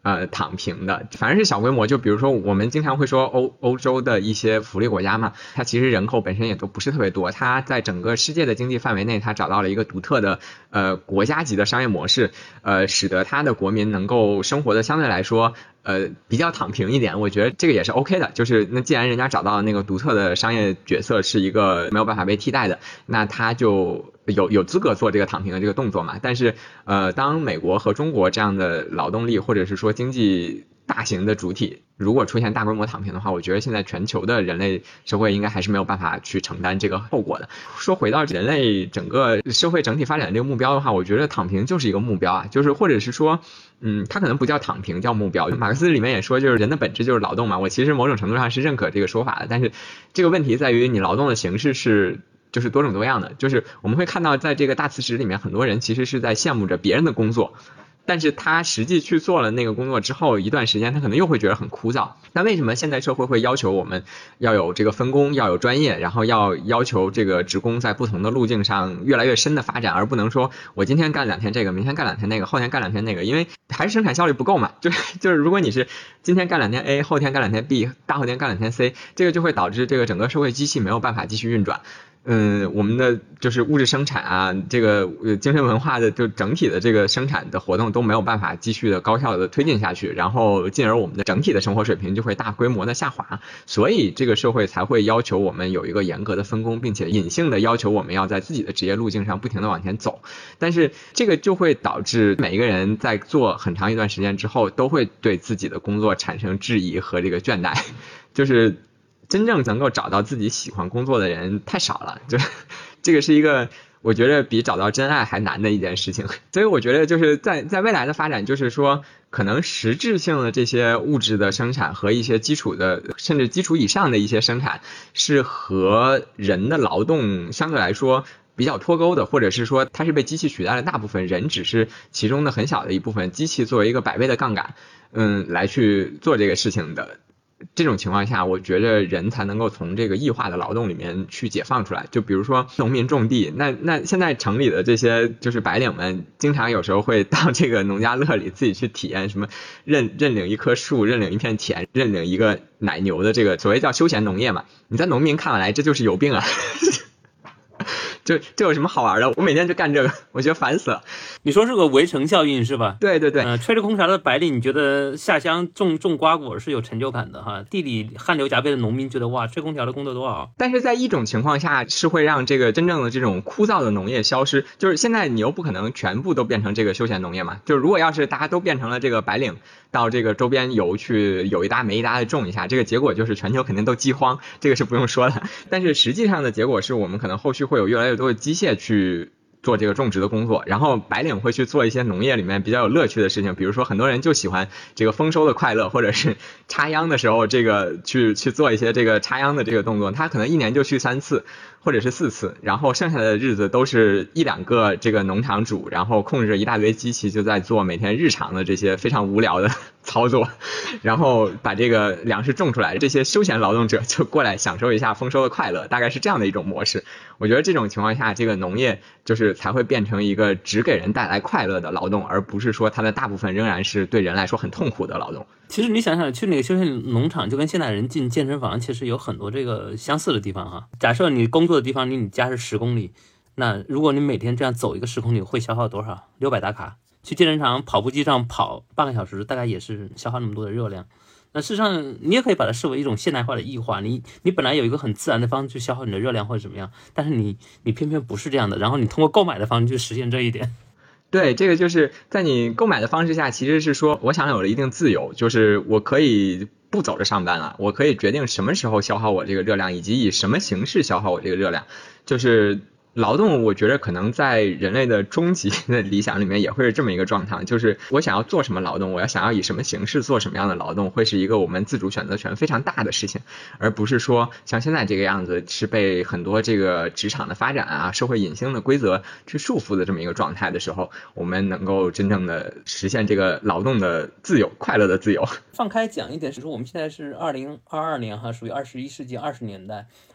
躺平的，反正是小规模。就比如说我们经常会说欧洲的一些福利国家嘛，它其实人口本身也都不是特别多，它在整个世界的经济范围内，它找到了一个独特的国家级的商业模式，使得它的国民能够生活的相对来说比较躺平一点。我觉得这个也是 OK 的，就是那既然人家找到那个独特的商业角色是一个没有办法被替代的，那他就有资格做这个躺平的这个动作嘛。但是当美国和中国这样的劳动力或者是说经济大型的主体如果出现大规模躺平的话，我觉得现在全球的人类社会应该还是没有办法去承担这个后果的。说回到人类整个社会整体发展的这个目标的话，我觉得躺平就是一个目标啊，就是或者是说它可能不叫躺平，叫目标。马克思里面也说，就是人的本质就是劳动嘛，我其实某种程度上是认可这个说法的，但是这个问题在于你劳动的形式就是多种多样的。就是我们会看到在这个大辞职里面，很多人其实是在羡慕着别人的工作，但是他实际去做了那个工作之后一段时间，他可能又会觉得很枯燥。那为什么现代社会会要求我们要有这个分工，要有专业，然后要求这个职工在不同的路径上越来越深的发展，而不能说我今天干2天这个，明天干2天那个，后天干2天那个，因为还是生产效率不够嘛。就是如果你是今天干2天 A， 后天干2天 B， 大后天干2天 C， 这个就会导致这个整个社会机器没有办法继续运转。我们的就是物质生产啊，这个精神文化的就整体的这个生产的活动都没有办法继续的高效的推进下去，然后进而我们的整体的生活水平就会大规模的下滑，所以这个社会才会要求我们有一个严格的分工，并且隐性的要求我们要在自己的职业路径上不停的往前走。但是这个就会导致每一个人在做很长一段时间之后，都会对自己的工作产生质疑和这个倦怠，就是真正能够找到自己喜欢工作的人太少了，就这个是一个我觉得比找到真爱还难的一件事情。所以我觉得就是在未来的发展，就是说可能实质性的这些物质的生产和一些基础的甚至基础以上的一些生产是和人的劳动相对来说比较脱钩的，或者是说它是被机器取代了大部分，人只是其中的很小的一部分，机器作为一个100倍的杠杆来去做这个事情的。这种情况下，我觉得人才能够从这个异化的劳动里面去解放出来。就比如说农民种地，那现在城里的这些就是白领们，经常有时候会到这个农家乐里自己去体验什么认领一棵树，认领一片田，认领一个奶牛的这个所谓叫休闲农业嘛。你在农民看来这就是有病啊。这有什么好玩的？我每天就干这个，我觉得烦死了。 你说是个围城效应是吧？ 对对对。 吹着空调的白领，你觉得下乡种瓜果是有成就感的哈。地里汗流浃背的农民觉得哇，吹空调的工作多好。 但是在一种情况下是会让这个真正的这种枯燥的农业消失，就是现在你又不可能全部都变成这个休闲农业嘛。就是如果要是大家都变成了这个白领，到这个周边游去有一搭没一搭的种一下，这个结果就是全球肯定都饥荒，这个是不用说的。但是实际上的结果是我们可能后续会有越来越多的机械去做这个种植的工作，然后白领会去做一些农业里面比较有乐趣的事情，比如说很多人就喜欢这个丰收的快乐，或者是插秧的时候这个去做一些这个插秧的这个动作，他可能1年就去3次或者是4次，然后剩下的日子都是1-2个这个农场主，然后控制着一大堆机器就在做每天日常的这些非常无聊的操作，然后把这个粮食种出来，这些休闲劳动者就过来享受一下丰收的快乐，大概是这样的一种模式。我觉得这种情况下，这个农业就是才会变成一个只给人带来快乐的劳动，而不是说它的大部分仍然是对人来说很痛苦的劳动。 其实你想想，去那个休闲农场就跟现代人进健身房其实有很多这个相似的地方哈。假设你工作的地方离你家是10公里，那如果你每天这样走一个10公里会消耗多少？600大卡。去健身场跑步机上跑半个小时，大概也是消耗那么多的热量。那事实上你也可以把它视为一种现代化的异化，你本来有一个很自然的方式去消耗你的热量或者怎么样，但是你偏偏不是这样的，然后你通过购买的方式去实现这一点。 对，这个就是在你购买的方式下，其实是说我想有了一定自由，就是我可以不走着上班了，我可以决定什么时候消耗我这个热量，以及以什么形式消耗我这个热量。就是劳动我觉得可能在人类的终极的理想里面也会是这么一个状态，就是我想要做什么劳动，我想要以什么形式做什么样的劳动，会是一个我们自主选择权非常大的事情，而不是说像现在这个样子是被很多这个职场的发展啊，社会隐性的规则去束缚的这么一个状态的时候，我们能够真正的实现这个劳动的自由，快乐的自由。 放开讲一点是说，我们现在是2022年哈，属于21世纪20年代。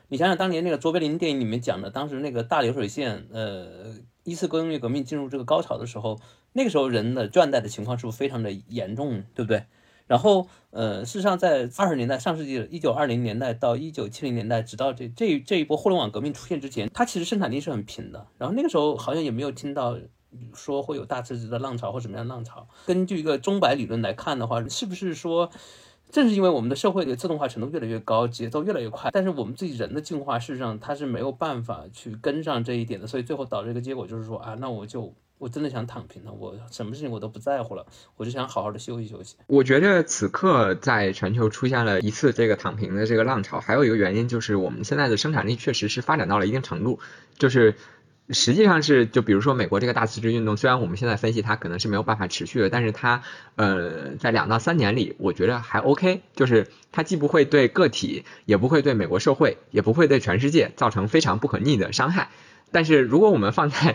你想想当年那个卓别林电影里面讲的，当时那个大流水线，一次工业革命进入这个高潮的时候，那个时候人的倦怠的情况是不是非常的严重，对不对？然后事实上在20年代，上世纪1920年代到1970年代，直到这一波互联网革命出现之前，它其实生产力是很平的。然后那个时候好像也没有听到说会有大辞职的浪潮或什么样的浪潮。根据一个钟摆理论来看的话，是不是说正是因为我们的社会的自动化程度越来越高，节奏越来越快，但是我们自己人的进化事实上它是没有办法去跟上这一点的，所以最后导致一个结果就是说啊，那我真的想躺平了，我什么事情我都不在乎了，我就想好好的休息休息。 我觉得此刻在全球出现了一次这个躺平的这个浪潮，还有一个原因就是我们现在的生产力确实是发展到了一定程度，就是实际上是就比如说美国这个大辞职运动，虽然我们现在分析它可能是没有办法持续的，但是它在2到3年里我觉得还 OK， 就是它既不会对个体，也不会对美国社会，也不会对全世界造成非常不可逆的伤害。但是如果我们放在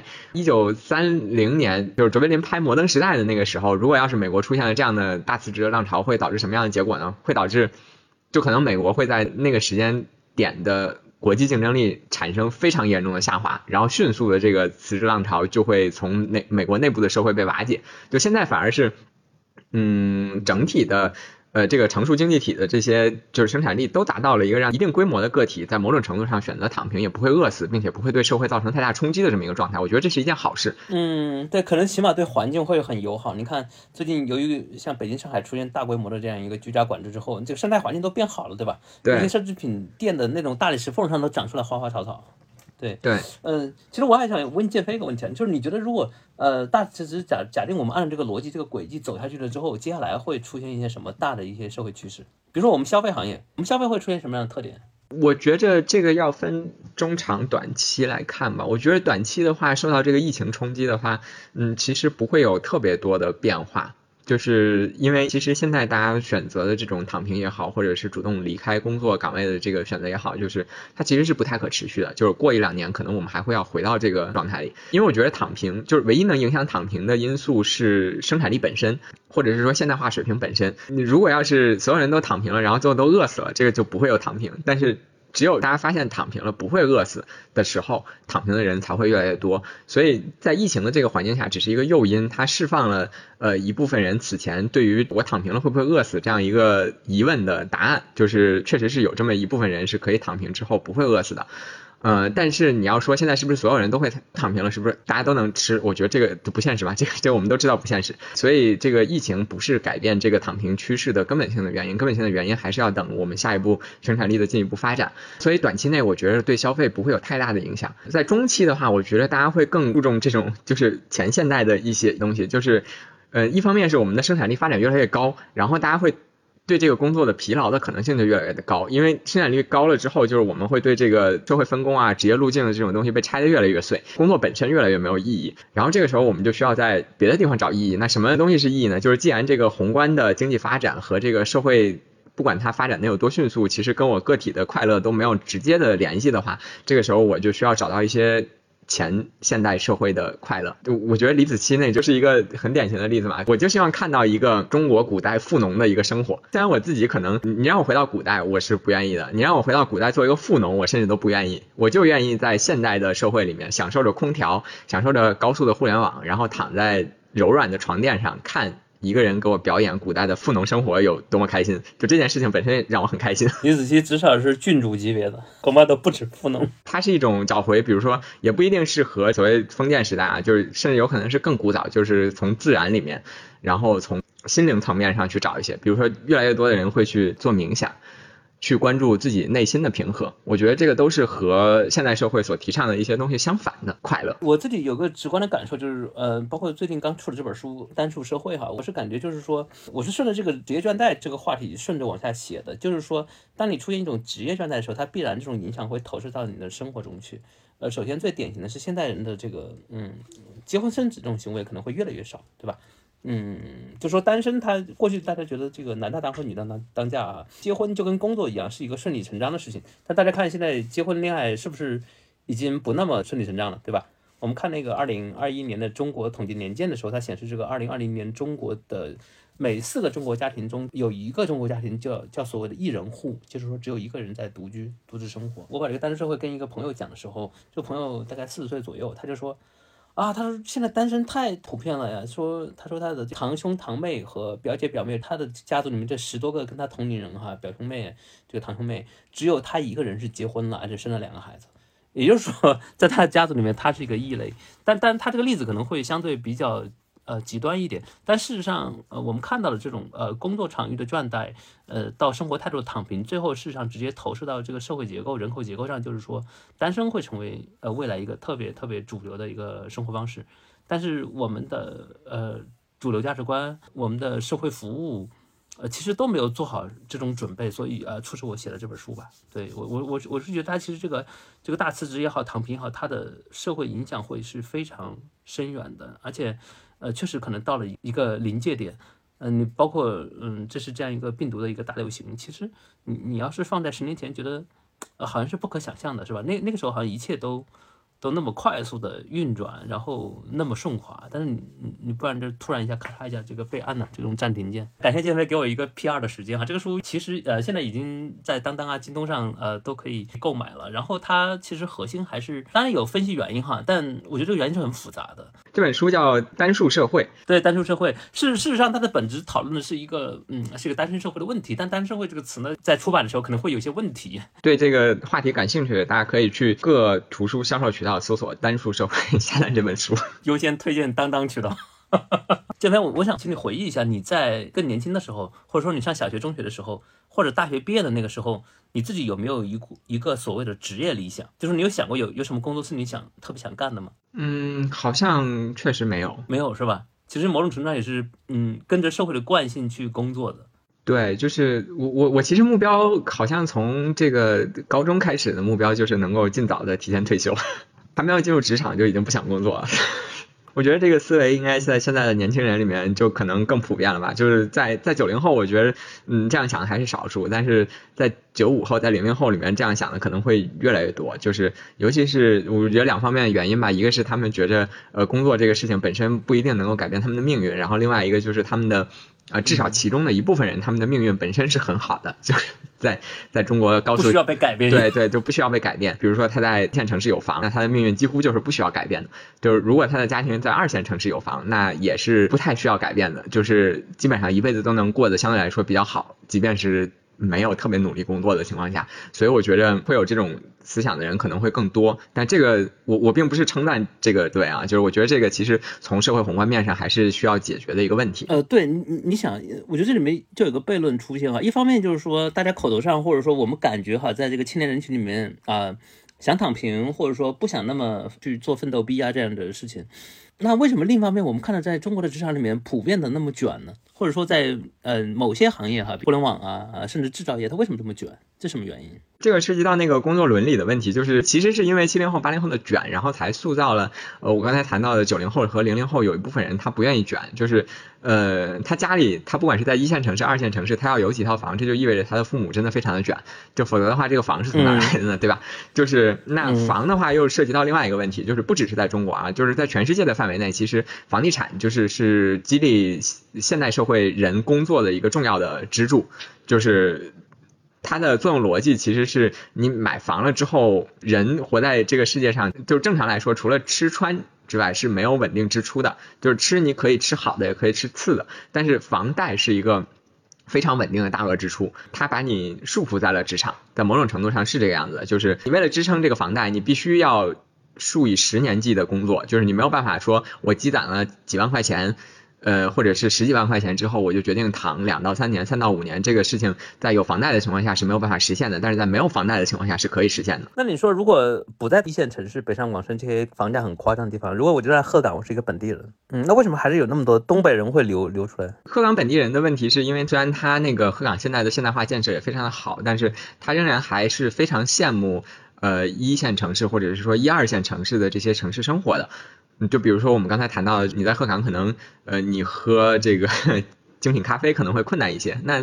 1930年，就是卓别林拍《摩登时代》的那个时候，如果要是美国出现了这样的大辞职的浪潮，会导致什么样的结果呢？会导致就可能美国会在那个时间点的国际竞争力产生非常严重的下滑，然后迅速的这个辞职浪潮就会从美国内部的社会被瓦解。就现在反而是整体的这个成熟经济体的这些就是生产力都达到了一个让一定规模的个体在某种程度上选择躺平也不会饿死，并且不会对社会造成太大冲击的这么一个状态，我觉得这是一件好事。 对，可能起码对环境会很友好。你看最近由于像北京上海出现大规模的这样一个居家管制之后，这个生态环境都变好了，对吧？ 对， 一些奢侈品店的那种大理石缝上都长出来花花草草。对，其实我还想问建飞一个问题，就是你觉得如果大辞职假定我们按这个逻辑这个轨迹走下去了之后，接下来会出现一些什么大的一些社会趋势？比如说我们消费行业，我们消费会出现什么样的特点？ 我觉得这个要分中长短期来看吧。我觉得短期的话，受到这个疫情冲击的话，其实不会有特别多的变化。就是因为其实现在大家选择的这种躺平也好，或者是主动离开工作岗位的这个选择也好，就是它其实是不太可持续的，就是过1-2年可能我们还会要回到这个状态里。因为我觉得躺平就是唯一能影响躺平的因素是生产力本身，或者是说现代化水平本身。你如果要是所有人都躺平了，然后最后都饿死了，这个就不会有躺平。但是只有大家发现躺平了不会饿死的时候，躺平的人才会越来越多。所以在疫情的这个环境下，只是一个诱因，它释放了一部分人此前对于我躺平了会不会饿死这样一个疑问的答案，就是确实是有这么一部分人是可以躺平之后不会饿死的。但是你要说现在是不是所有人都会躺平了，是不是大家都能吃，我觉得这个不现实吧，这个我们都知道不现实。所以这个疫情不是改变这个躺平趋势的根本性的原因，根本性的原因还是要等我们下一步生产力的进一步发展。所以短期内我觉得对消费不会有太大的影响。在中期的话，我觉得大家会更注重这种就是前现代的一些东西，就是一方面是我们的生产力发展越来越高，然后大家会对这个工作的疲劳的可能性就越来越高，因为生产率高了之后，就是我们会对这个社会分工啊、职业路径的这种东西被拆得越来越碎，工作本身越来越没有意义。然后这个时候我们就需要在别的地方找意义。那什么东西是意义呢？就是既然这个宏观的经济发展和这个社会不管它发展的有多迅速，其实跟我个体的快乐都没有直接的联系的话，这个时候我就需要找到一些前现代社会的快乐。我觉得李子柒那就是一个很典型的例子嘛。我就希望看到一个中国古代富农的一个生活。虽然我自己可能你让我回到古代我是不愿意的，你让我回到古代做一个富农我甚至都不愿意，我就愿意在现代的社会里面享受着空调，享受着高速的互联网，然后躺在柔软的床垫上看一个人给我表演古代的富农生活有多么开心，就这件事情本身让我很开心。 李子柒至少是郡主级别的，恐怕都不止富农。 它是一种找回，比如说也不一定适合所谓封建时代啊，就是甚至有可能是更古早，就是从自然里面，然后从心灵层面上去找一些，比如说越来越多的人会去做冥想，去关注自己内心的平和。我觉得这个都是和现代社会所提倡的一些东西相反的快乐。 我自己有个直观的感受，就是包括最近刚出的这本书《单数社会》哈，我是感觉就是说，我是顺着这个职业倦怠这个话题顺着往下写的，就是说，当你出现一种职业倦怠的时候，它必然这种影响会投射到你的生活中去。首先最典型的是现代人的这个结婚生子这种行为可能会越来越少，对吧？就说单身，他过去大家觉得这个男大当婚女大当嫁啊，结婚就跟工作一样是一个顺理成章的事情。但大家看现在结婚恋爱是不是已经不那么顺理成章了，对吧？ 我们看那个2021年的中国统计年鉴的时候，它显示这个2020年中国的每4个中国家庭中有1个中国家庭叫所谓的一人户，就是说只有1个人在独自生活。我把这个单身社会跟一个朋友讲的时候，这个朋友大概40岁左右，他就说啊，他说现在单身太普遍了呀，他说他的堂兄堂妹和表姐表妹，他的家族里面这10多个跟他同龄人哈，表兄妹这个堂兄妹，只有他一个人是结婚了，而且生了2个孩子。也就是说，在他的家族里面，他是一个异类。但他这个例子可能会相对比较极端一点。但事实上，我们看到的这种工作场域的倦怠，到生活态度的躺平，最后事实上直接投射到这个社会结构、人口结构上，就是说，单身会成为未来一个特别特别主流的一个生活方式。但是我们的主流价值观，我们的社会服务。其实都没有做好这种准备，所以促使我写了这本书吧。对我是觉得它其实这个大辞职也好，躺平也好，它的社会影响会是非常深远的，而且确实可能到了一个临界点。你包括这是这样一个病毒的一个大流行，其实你要是放在10年前，觉得好像是不可想象的，是吧？那个时候好像一切都那么快速的运转，然后那么顺滑，但是你不然就突然一下咔嚓一下这个被按了这种暂停键。感谢建飞给我一个 PR 的时间哈，这个书其实现在已经在当当啊、京东上都可以购买了。然后它其实核心还是当然有分析原因哈，但我觉得这个原因是很复杂的。 这本书叫《单数社会》， 对，单数社会事实上它的本质讨论的是一个单身社会的问题，但单身社会这个词呢，在出版的时候可能会有些问题。对这个话题感兴趣的，大家可以去各图书销售渠道搜索《单数社会》下载这本书， 优先推荐当当渠道。建飞，我想请你回忆一下，你在更年轻的时候，或者说你上小学、中学的时候，或者大学毕业的那个时候，你自己有没有一个所谓的职业理想？就是你有想过有什么工作是你特别想干的吗？ 好像确实没有， 是吧？其实某种程度上也是跟着社会的惯性去工作的。 对，就是我其实目标好像从这个高中开始的目标就是能够尽早的提前退休，还没有进入职场就已经不想工作了。我觉得这个思维应该在现在的年轻人里面就可能更普遍了吧，就是在90后我觉得这样想的还是少数，但是在95后在00后里面这样想的可能会越来越多，就是尤其是我觉得2方面的原因吧，一个是他们觉着工作这个事情本身不一定能够改变他们的命运，然后另外一个就是他们的至少其中的一部分人他们的命运本身是很好的，就是在中国高速不需要被改变， 对，就不需要被改变。比如说他在1线城市有房，那他的命运几乎就是不需要改变的，就是如果他的家庭在2线城市有房，那也是不太需要改变的，就是基本上一辈子都能过得相对来说比较好，即便是没有特别努力工作的情况下。所以我觉得会有这种思想的人可能会更多，但这个我并不是称赞这个，对啊，就是我觉得这个其实从社会宏观面上还是需要解决的一个问题。 对，你想，我觉得这里面就有个悖论出现哈，一方面就是说大家口头上或者说我们感觉哈，在这个青年人群里面想躺平或者说不想那么去做奋斗逼啊这样的事情，那为什么另一方面我们看到在中国的职场里面普遍的那么卷呢？或者说在某些行业哈，互联网啊甚至制造业，它为什么这么卷？这什么原因？ 这个涉及到那个工作伦理的问题，就是其实是因为70后80后的卷，然后才塑造了我刚才谈到的90后和00后有一部分人他不愿意卷，就是他家里他不管是在1线城市2线城市，他要有几套房，这就意味着他的父母真的非常的卷，就否则的话这个房是从哪来的呢？对吧？就是那房的话又涉及到另外一个问题，就是不只是在中国啊，就是在全世界的范围内，其实房地产是激励现代社会人工作的一个重要的支柱，就是它的作用逻辑其实是你买房了之后，人活在这个世界上，就正常来说除了吃穿之外是没有稳定支出的，就是吃你可以吃好的也可以吃次的，但是房贷是一个非常稳定的大额支出，它把你束缚在了职场，在某种程度上是这个样子的，就是你为了支撑这个房贷，你必须要数以10年计的工作，就是你没有办法说我积攒了几万块钱或者是10几万块钱之后我就决定躺2到3年3到5年，这个事情在有房贷的情况下是没有办法实现的，但是在没有房贷的情况下是可以实现的。 那你说如果不在1线城市北上广深这些房价很夸张的地方，如果我就在鹤岗，我是一个本地人，那为什么还是有那么多东北人会流出来？ 鹤岗本地人的问题是因为虽然他那个鹤岗现在的现代化建设也非常的好，但是他仍然还是非常羡慕1线城市或者是说1、2线城市的这些城市生活的。就比如说我们刚才谈到你在鹤岗可能你喝这个精品咖啡可能会困难一些，那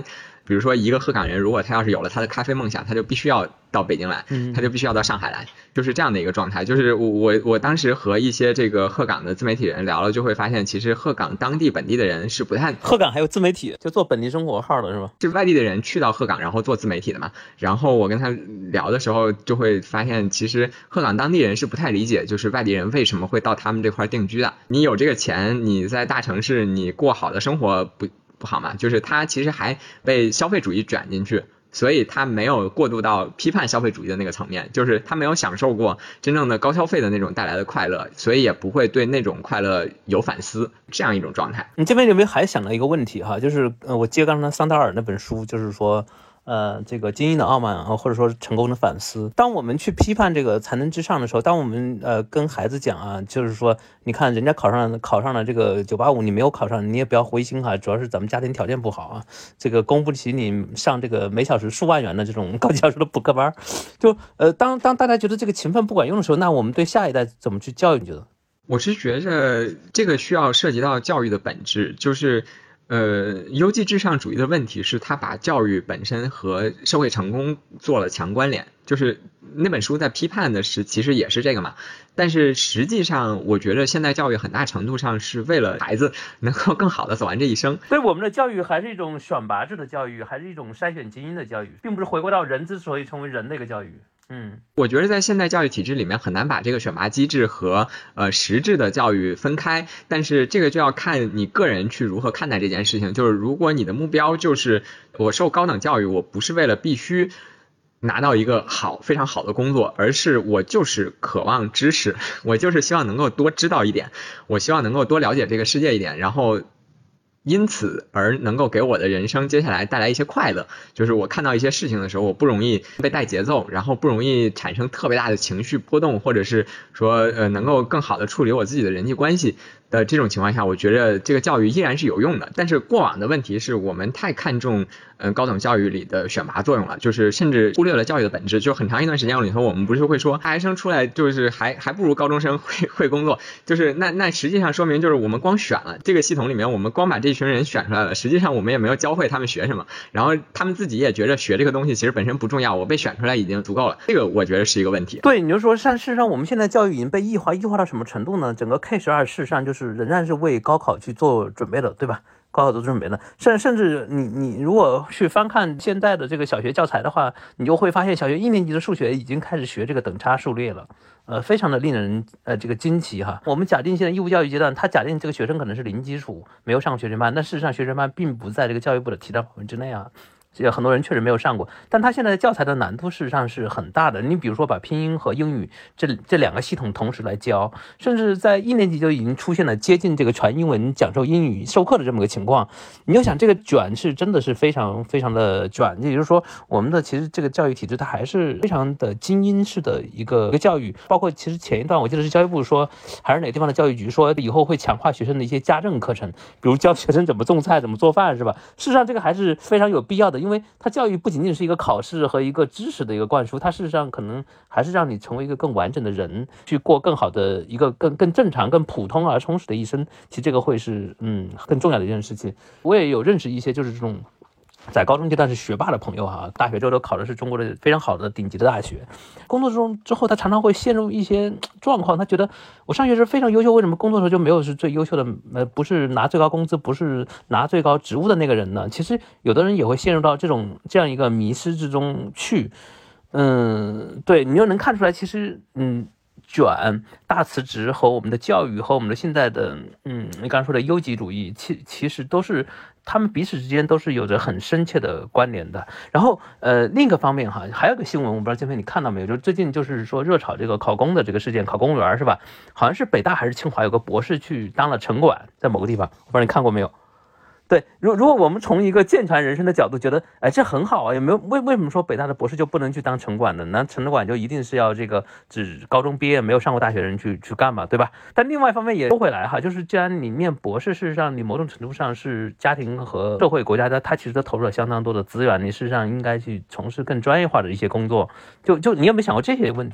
比如说一个鹤岗人，如果他要是有了他的咖啡梦想，他就必须要到北京来，他就必须要到上海来，就是这样的一个状态。就是我当时和一些这个鹤岗的自媒体人聊了，就会发现其实鹤岗当地本地的人是不太， 鹤岗还有自媒体，就做本地生活号的是吧？ 是外地的人去到鹤岗然后做自媒体的嘛。然后我跟他聊的时候就会发现，其实鹤岗当地人是不太理解，就是外地人为什么会到他们这块定居的。你有这个钱，你在大城市你过好的生活不好嘛？就是他其实还被消费主义卷进去，所以他没有过渡到批判消费主义的那个层面，就是他没有享受过真正的高消费的那种带来的快乐，所以也不会对那种快乐有反思，这样一种状态。 你这边有没有还想到一个问题哈？就是我接刚才桑德尔那本书，就是说这个精英的傲慢啊，或者说成功的反思。当我们去批判这个才能至上的时候，当我们跟孩子讲啊，就是说你看人家考上了这个985，你没有考上，你也不要灰心哈，主要是咱们家庭条件不好啊，这个供不起你上这个每小时数万元的这种高级教师的补课班。就当大家觉得这个勤奋不管用的时候，那我们对下一代怎么去教育？你觉得？ 我是觉着这个需要涉及到教育的本质，就是优绩至上主义的问题是他把教育本身和社会成功做了强关联，就是那本书在批判的是其实也是这个嘛。但是实际上我觉得现代教育很大程度上是为了孩子能够更好的走完这一生。 所以我们的教育还是一种选拔制的教育，还是一种筛选精英的教育，并不是回归到人之所以成为人的一个教育。 我觉得在现代教育体制里面很难把这个选拔机制和实质的教育分开，但是这个就要看你个人去如何看待这件事情。就是如果你的目标就是我受高等教育，我不是为了必须拿到一个非常好的工作，而是我就是渴望知识，我就是希望能够多知道一点，我希望能够多了解这个世界一点，然后因此而能够给我的人生接下来带来一些快乐。就是我看到一些事情的时候，我不容易被带节奏，然后不容易产生特别大的情绪波动，或者是说能够更好的处理我自己的人际关系的这种情况下，我觉得这个教育依然是有用的。但是过往的问题是我们太看重高等教育里的选拔作用了，就是甚至忽略了教育的本质。就很长一段时间里头，我们不是会说大学生出来就是还不如高中生会工作，就是那实际上说明就是我们光选了这个系统里面，我们光把这群人选出来了，实际上我们也没有教会他们学什么，然后他们自己也觉得学这个东西其实本身不重要，我被选出来已经足够了。这个我觉得是一个问题。 对，你就说事实上我们现在教育已经被异化到什么程度呢？整个 K12事实上就是仍然是为高考去做准备的，对吧？高考做准备的，甚至你如果去翻看现在的这个小学教材的话，你就会发现小学1年级的数学已经开始学这个等差数列了，非常的令人这个惊奇哈。我们假定现在义务教育阶段，他假定这个学生可能是零基础，没有上过学前班，但事实上学前班并不在这个教育部的提档范围之内啊。很多人确实没有上过，但他现在的教材的难度事实上是很大的。你比如说把拼音和英语这两个系统同时来教，甚至在1年级就已经出现了接近这个全英文讲授英语授课的这么个情况。你就想这个卷是真的是非常非常的卷，也就是说我们的其实这个教育体制它还是非常的精英式的一个教育。包括其实前一段我记得是教育部说还是哪个地方的教育局说以后会强化学生的一些家政课程，比如教学生怎么种菜怎么做饭，是吧？事实上这个还是非常有必要的，因为它教育不仅仅是一个考试和一个知识的一个灌输，它事实上可能还是让你成为一个更完整的人，去过更好的一个更正常更普通而充实的一生。其实这个会是更重要的一件事情。我也有认识一些就是这种在高中阶段是学霸的朋友哈，大学之后都考的是中国的非常好的顶级的大学，工作中之后他常常会陷入一些状况，他觉得我上学时非常优秀，为什么工作的时候就没有是最优秀的不是拿最高工资不是拿最高职务的那个人呢？其实有的人也会陷入到这样一个迷失之中去。对，你就能看出来其实卷大辞职和我们的教育和我们的现在的你刚才说的优级主义其实都是他们彼此之间都是有着很深切的关联的。然后另一个方面哈，还有个新闻我不知道这边你看到没有，就最近就是说热炒这个考公的这个事件，考公务员是吧？好像是北大还是清华有个博士去当了城管，在某个地方，我不知道你看过没有。对，如果我们从一个健全人生的角度觉得，这很好啊，也没有为什么说北大的博士就不能去当城管呢？那城管就一定是要这个只高中毕业没有上过大学人去干嘛，对吧？但另外一方面也说回来哈，就是既然你念博士，事实上你某种程度上是家庭和社会国家它其实都投入了相当多的资源，你事实上应该去从事更专业化的一些工作。就你有没有想过这些问题？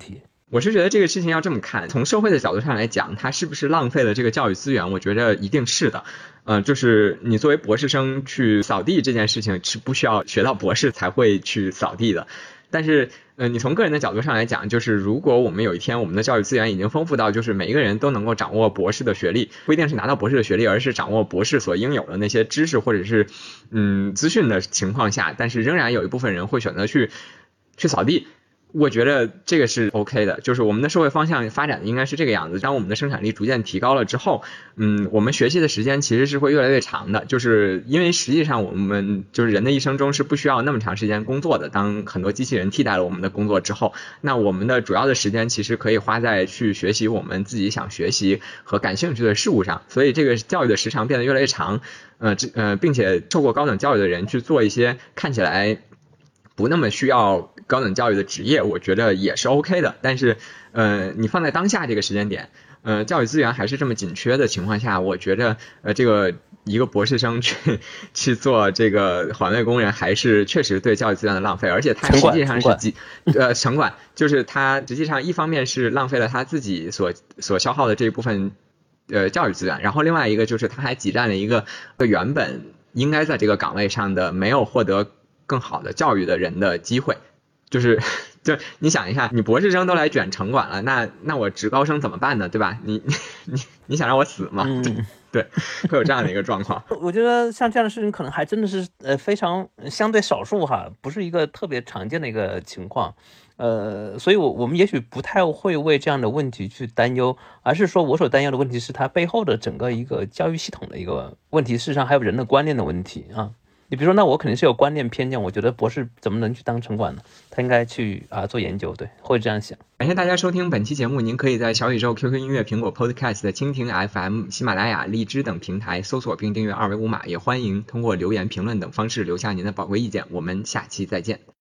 我是觉得这个事情要这么看，从社会的角度上来讲，它是不是浪费了这个教育资源？我觉得一定是的。就是你作为博士生去扫地这件事情是不需要学到博士才会去扫地的。但是你从个人的角度上来讲，就是如果我们有一天我们的教育资源已经丰富到就是每一个人都能够掌握博士的学历，不一定是拿到博士的学历，而是掌握博士所应有的那些知识或者是资讯的情况下，但是仍然有一部分人会选择去扫地，我觉得这个是 OK 的，就是我们的社会方向发展的应该是这个样子。当我们的生产力逐渐提高了之后，我们学习的时间其实是会越来越长的，就是因为实际上我们就是人的一生中是不需要那么长时间工作的。当很多机器人替代了我们的工作之后，那我们的主要的时间其实可以花在去学习我们自己想学习和感兴趣的事物上，所以这个教育的时长变得越来越长。并且受过高等教育的人去做一些看起来不那么需要高等教育的职业，我觉得也是 OK 的。但是你放在当下这个时间点，教育资源还是这么紧缺的情况下，我觉得这个一个博士生去做这个环卫工人，还是确实对教育资源的浪费。而且他实际上是城管，就是他实际上一方面是浪费了他自己所消耗的这一部分教育资源，然后另外一个就是他还挤占了一个原本应该在这个岗位上的没有获得更好的教育的人的机会。就你想一下，你博士生都来卷城管了，那我职高生怎么办呢？对吧？你想让我死吗？对，会有这样的一个状况。 我觉得像这样的事情可能还真的是非常相对少数哈，不是一个特别常见的一个情况。所以我们也许不太会为这样的问题去担忧，而是说我所担忧的问题是它背后的整个一个教育系统的一个问题，事实上还有人的观念的问题啊。你比如说，那我肯定是有观念偏见，我觉得博士怎么能去当城管呢？他应该去做研究，对，会这样想。 感谢大家收听本期节目，您可以在小宇宙、QQ 音乐、苹果 Podcast、蜻蜓 FM、喜马拉雅、荔枝等平台搜索并订阅2维5码，也欢迎通过留言、评论等方式留下您的宝贵意见。我们下期再见。